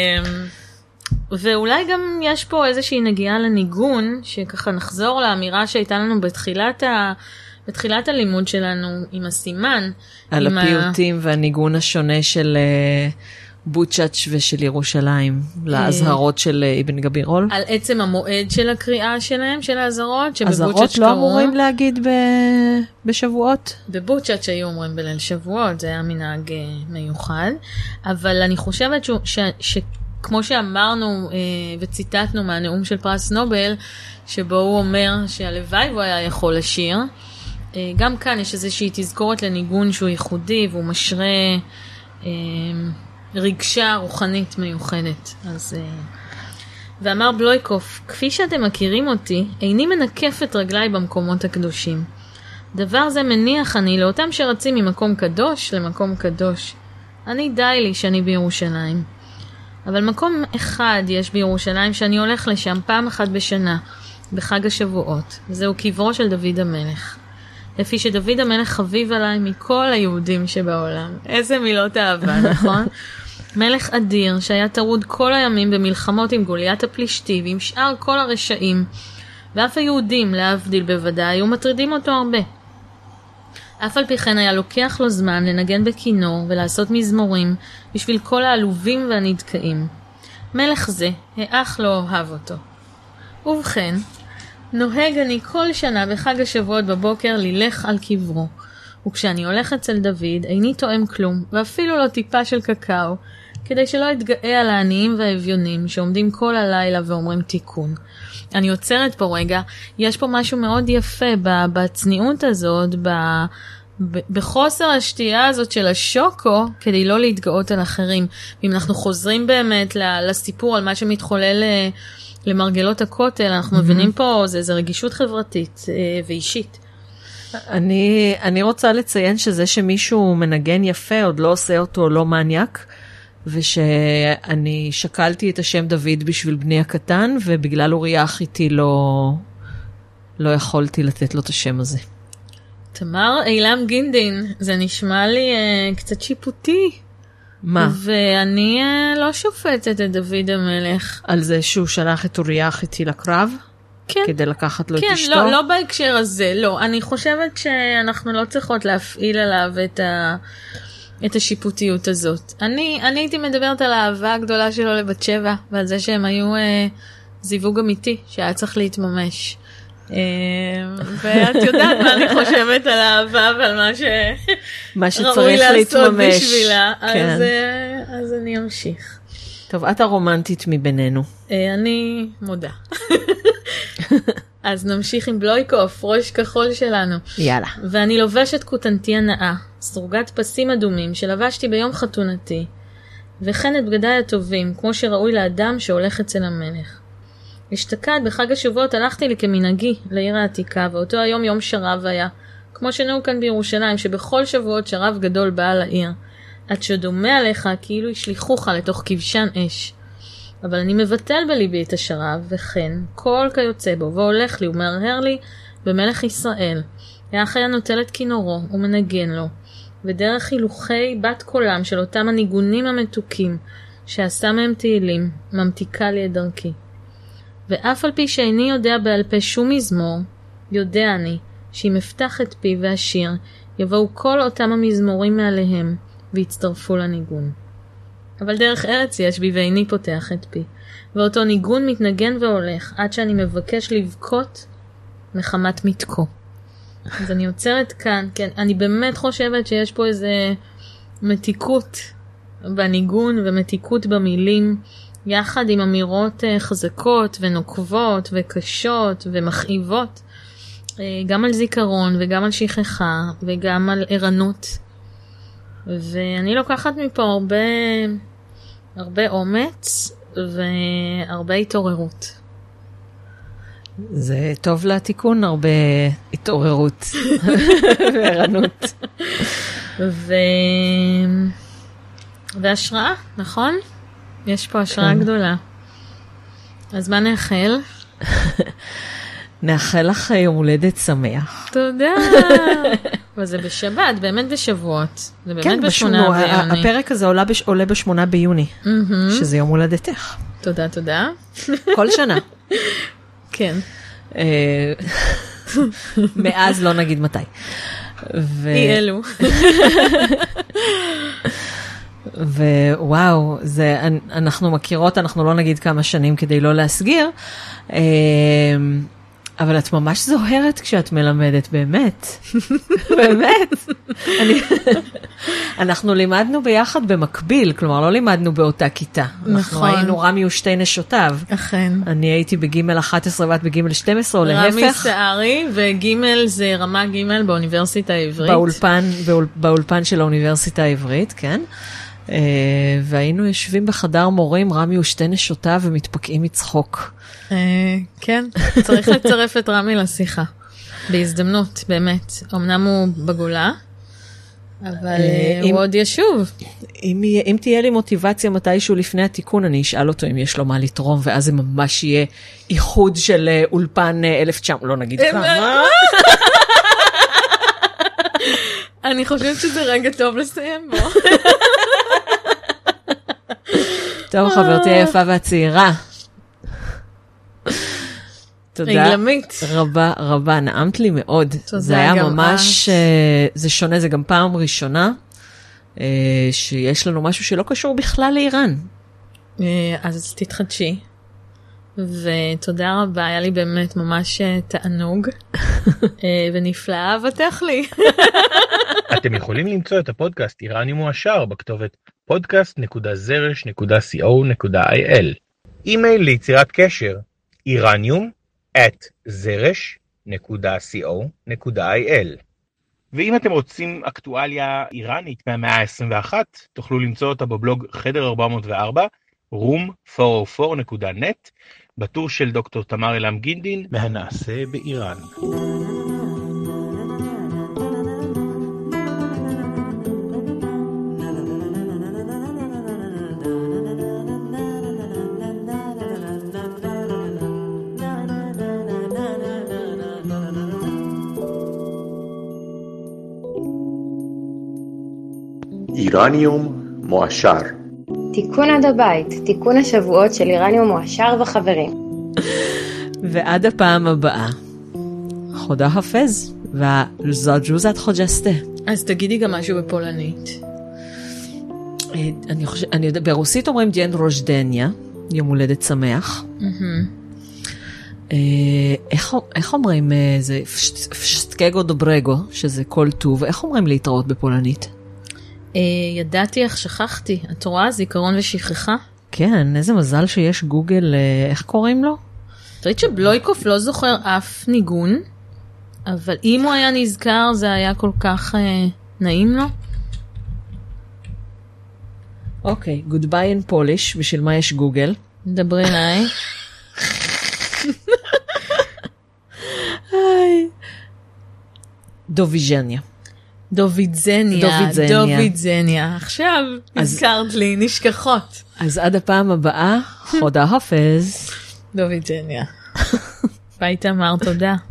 ואולי גם יש פה איזושהי נגיעה לניגון, שככה נחזור לאמירה שהייתה לנו בתחילת הלימוד שלנו עם הסימן. על הפיוטים והניגון השונה של בוצ'אץ' ושל ירושלים, להזהרות של אבן גבירול. על עצם המועד של הקריאה שלהם, של ההזהרות, שבבוצ'אץ' קראו. הזהרות לא אמורים להגיד בשבועות? בבוצ'אץ' היו אומרים בליל שבועות, זה היה מנהג מיוחד, אבל אני חושבת שכמו שאמרנו וציטטנו מהנאום של פרס נובל, שבו הוא אומר שהלוואי הוא היה יכול לשיר, גם כאן יש איזושהי תזכורת לניגון שהוא ייחודי, והוא משרה רגשה רוחנית מיוחדת. ואמר בלויקוף, כפי שאתם מכירים אותי, איני מנקף את רגליי במקומות הקדושים. דבר זה מניח אני לאותם שרצים ממקום קדוש למקום קדוש. אני די לי שאני בירושלים. אבל מקום אחד יש בירושלים שאני הולך לשם פעם אחת בשנה, בחג השבועות, וזהו קברו של דוד המלך. לפי שדוד המלך חביב עליי מכל היהודים שבעולם. איזה מילות אהבה, נכון? מלך אדיר שהיה טרוד כל הימים במלחמות עם גוליית הפלישתי ועם שאר כל הרשעים, ואף היהודים להבדיל בוודאי היו מטרידים אותו הרבה. אף על פי כן היה לוקח לו זמן לנגן בכינור ולעשות מזמורים בשביל כל העלובים והנדכאים. מלך זה, האח לא אוהב אותו. ובכן, נוהג אני כל שנה בחג השבועות בבוקר ללך על קברו, וכשאני הולך אצל דוד איני תואם כלום, ואפילו לא טיפה של קקאו, כדי שלא אתגאה על העניים והאביונים שעומדים כל הלילה ואומרים תיקון. אני עוצרת פה רגע, יש פה משהו מאוד יפה בצניעות הזאת, בחוסר השתייה הזאת של השוקו, כדי לא להתגאות על אחרים. אם אנחנו חוזרים באמת לסיפור על מה שמתחולל למרגלות הכותל, אנחנו מבינים פה, זה רגישות חברתית ואישית. אני רוצה לציין שזה שמישהו מנגן יפה, עוד לא עושה אותו לא מניאק, ושאני שקלתי את השם דוד בשביל בני הקטן, ובגלל אוריה אחיתי לא יכולתי לתת לו את השם הזה. תמר אילם גינדין, זה נשמע לי קצת שיפוטי. מה? ואני לא שופטת את דוד המלך. על זה שהוא שלח את אוריה אחיתי לקרב? כן. כדי לקחת לו את אשתו? כן, לא בהקשר הזה, לא. אני חושבת שאנחנו לא צריכות להפעיל עליו את השיפוטיות הזאת. אני הייתי מדברת על האהבה הגדולה שלו לבת שבע, ועל זה שהם היו זיווג אמיתי, שהיה צריך להתממש. ואת יודעת מה אני חושבת על האהבה ועל מה שראוי לעשות בשבילה, אז אני אמשיך. טוב, את הרומנטית מבינינו. אני מודה. אז נמשיך עם בלויקוף, ראש כחול שלנו. יאללה. ואני לובשת כותנתי הנאה, סרוגת פסים אדומים שלבשתי ביום חתונתי, וכן את בגדיי הטובים, כמו שראוי לאדם שהולך אצל המלך. אשתקד בחג השבועות הלכתי לי כמנהגי לעיר העתיקה, ואותו היום יום שרב היה, כמו שנהוג כאן בירושלים, שבכל שבועות שרב גדול בא לעיר, עד שדומה עליך כאילו ישליחוך לתוך כבשן אש. אבל אני מבטל בליבי את השרב, וכן, כל כיוצא בו, והולך לי ומהרהר לי במלך ישראל. האח היה נוטל את כינורו ומנגן לו, ודרך הילוכי בת קולם של אותם הניגונים המתוקים, שעשה מהם תהילים, ממתיקה לי את דרכי. ואף על פי שאיני יודע בעל פה שום מזמור, יודע אני שאם אפתח את פי והשיר, יבואו כל אותם המזמורים מעליהם, והצטרפו לניגון. אבל דרך ארץ יש בי ואיני פותח את פי, ואותו ניגון מתנגן והולך, עד שאני מבקש לבכות מחמת מתקו. אז אני עוצרת כאן, כן, אני באמת חושבת שיש פה איזה מתיקות בניגון ומתיקות במילים, יחד עם אמירות חזקות ונוקבות וקשות ומכאיבות, גם על זיכרון וגם על שכחה וגם על ערנות. ואני לוקחת מפה הרבה אומץ והרבה התעוררות. זה טוב לתיקון, הרבה התעוררות וערנות. והשראה, נכון? יש פה השראה גדולה. אז מה נאחל? נאחל לך יום הולדת שמח. תודה. וזה בשבת, באמת בשבועות. זה באמת ב8 ביוני. הפרק הזה עולה ב8 ביוני, שזה יום הולדתך. תודה, תודה. כל שנה. כן. מאז לא נגיד מתי. אי אלו. ווואו, אנחנו מכירות, אנחנו לא נגיד כמה שנים כדי לא להסגיר, אבל את ממש זוהרת כשאת מלמדת, באמת. באמת. אנחנו לימדנו ביחד במקביל, כלומר לא לימדנו באותה כיתה. אנחנו היינו רמי ושתי נשותיו. אכן. אני הייתי בגימל 11 ואת בגימל 12 או להפך. רמי סערי וגימל זה רמה גימל באוניברסיטה העברית. באולפן של האוניברסיטה העברית, כן. והיינו יושבים בחדר מורים, רמי ושתי נשותיו ומתפקעים מצחוק. כן, צריך לצרף את רמי לשיחה. בהזדמנות, באמת. אמנם הוא בגולה, אבל הוא עוד ישוב. אם תהיה לי מוטיבציה מתישהו לפני התיקון, אני אשאל אותו אם יש לו מה לתרום, ואז זה ממש יהיה איחוד של אולפן 1900, לא נגיד כמה. אני חושבת שזה רגע טוב לסיים בו. טוב, חברתי היפה והצעירה. תודה רבה רבה, נעמת לי מאוד. זה היה ממש, זה שונה, זה גם פעם ראשונה, שיש לנו משהו שלא קשור בכלל לאיראן. אז תתחדשי. ותודה רבה, היה לי באמת ממש תענוג, ונפלא אהבתך לי. אתם יכולים למצוא את הפודקאסט איראני מועשר בכתובת podcast.zresh.co.il. אימייל ליצירת קשר iranium@zresh.co.il. ואם אתם רוצים אקטואליה איראנית מהמאה ה-21, תוכלו למצוא אותה בבלוג חדר 404, room404.net, בטור של דוקטור תמר אילם גינדין, מהנעשה באיראן. איראניום מועשר. תיקון עד הבית, תיקון השבועות של איראניום מועשר וחברים. ועד הפעם הבאה, חודה חפז, וזג'וזת חוג'סטה. אז תגידי גם משהו בפולנית. אני יודע, ברוסית אומרים דיין רוז'דניה, יום הולדת שמח. איך אומרים, זה פשטקגו דוברגו, שזה כל טוב, איך אומרים להתראות בפולנית? ידעתי איך שכחתי, את רואה זיכרון ושכחה? כן, איזה מזל שיש גוגל, איך קוראים לו? תראית שבלויקוף לא זוכר אף ניגון, אבל אם הוא היה נזכר זה היה כל כך נעים לו. אוקיי, goodbye in Polish, בשביל מה יש גוגל? דברי אליי. דוביז'ניה. דובידזניה. עכשיו הזכרת לי נשכחות. אז עד הפעם הבאה, חודה חפז. דובידזניה. ביי תמר, תודה.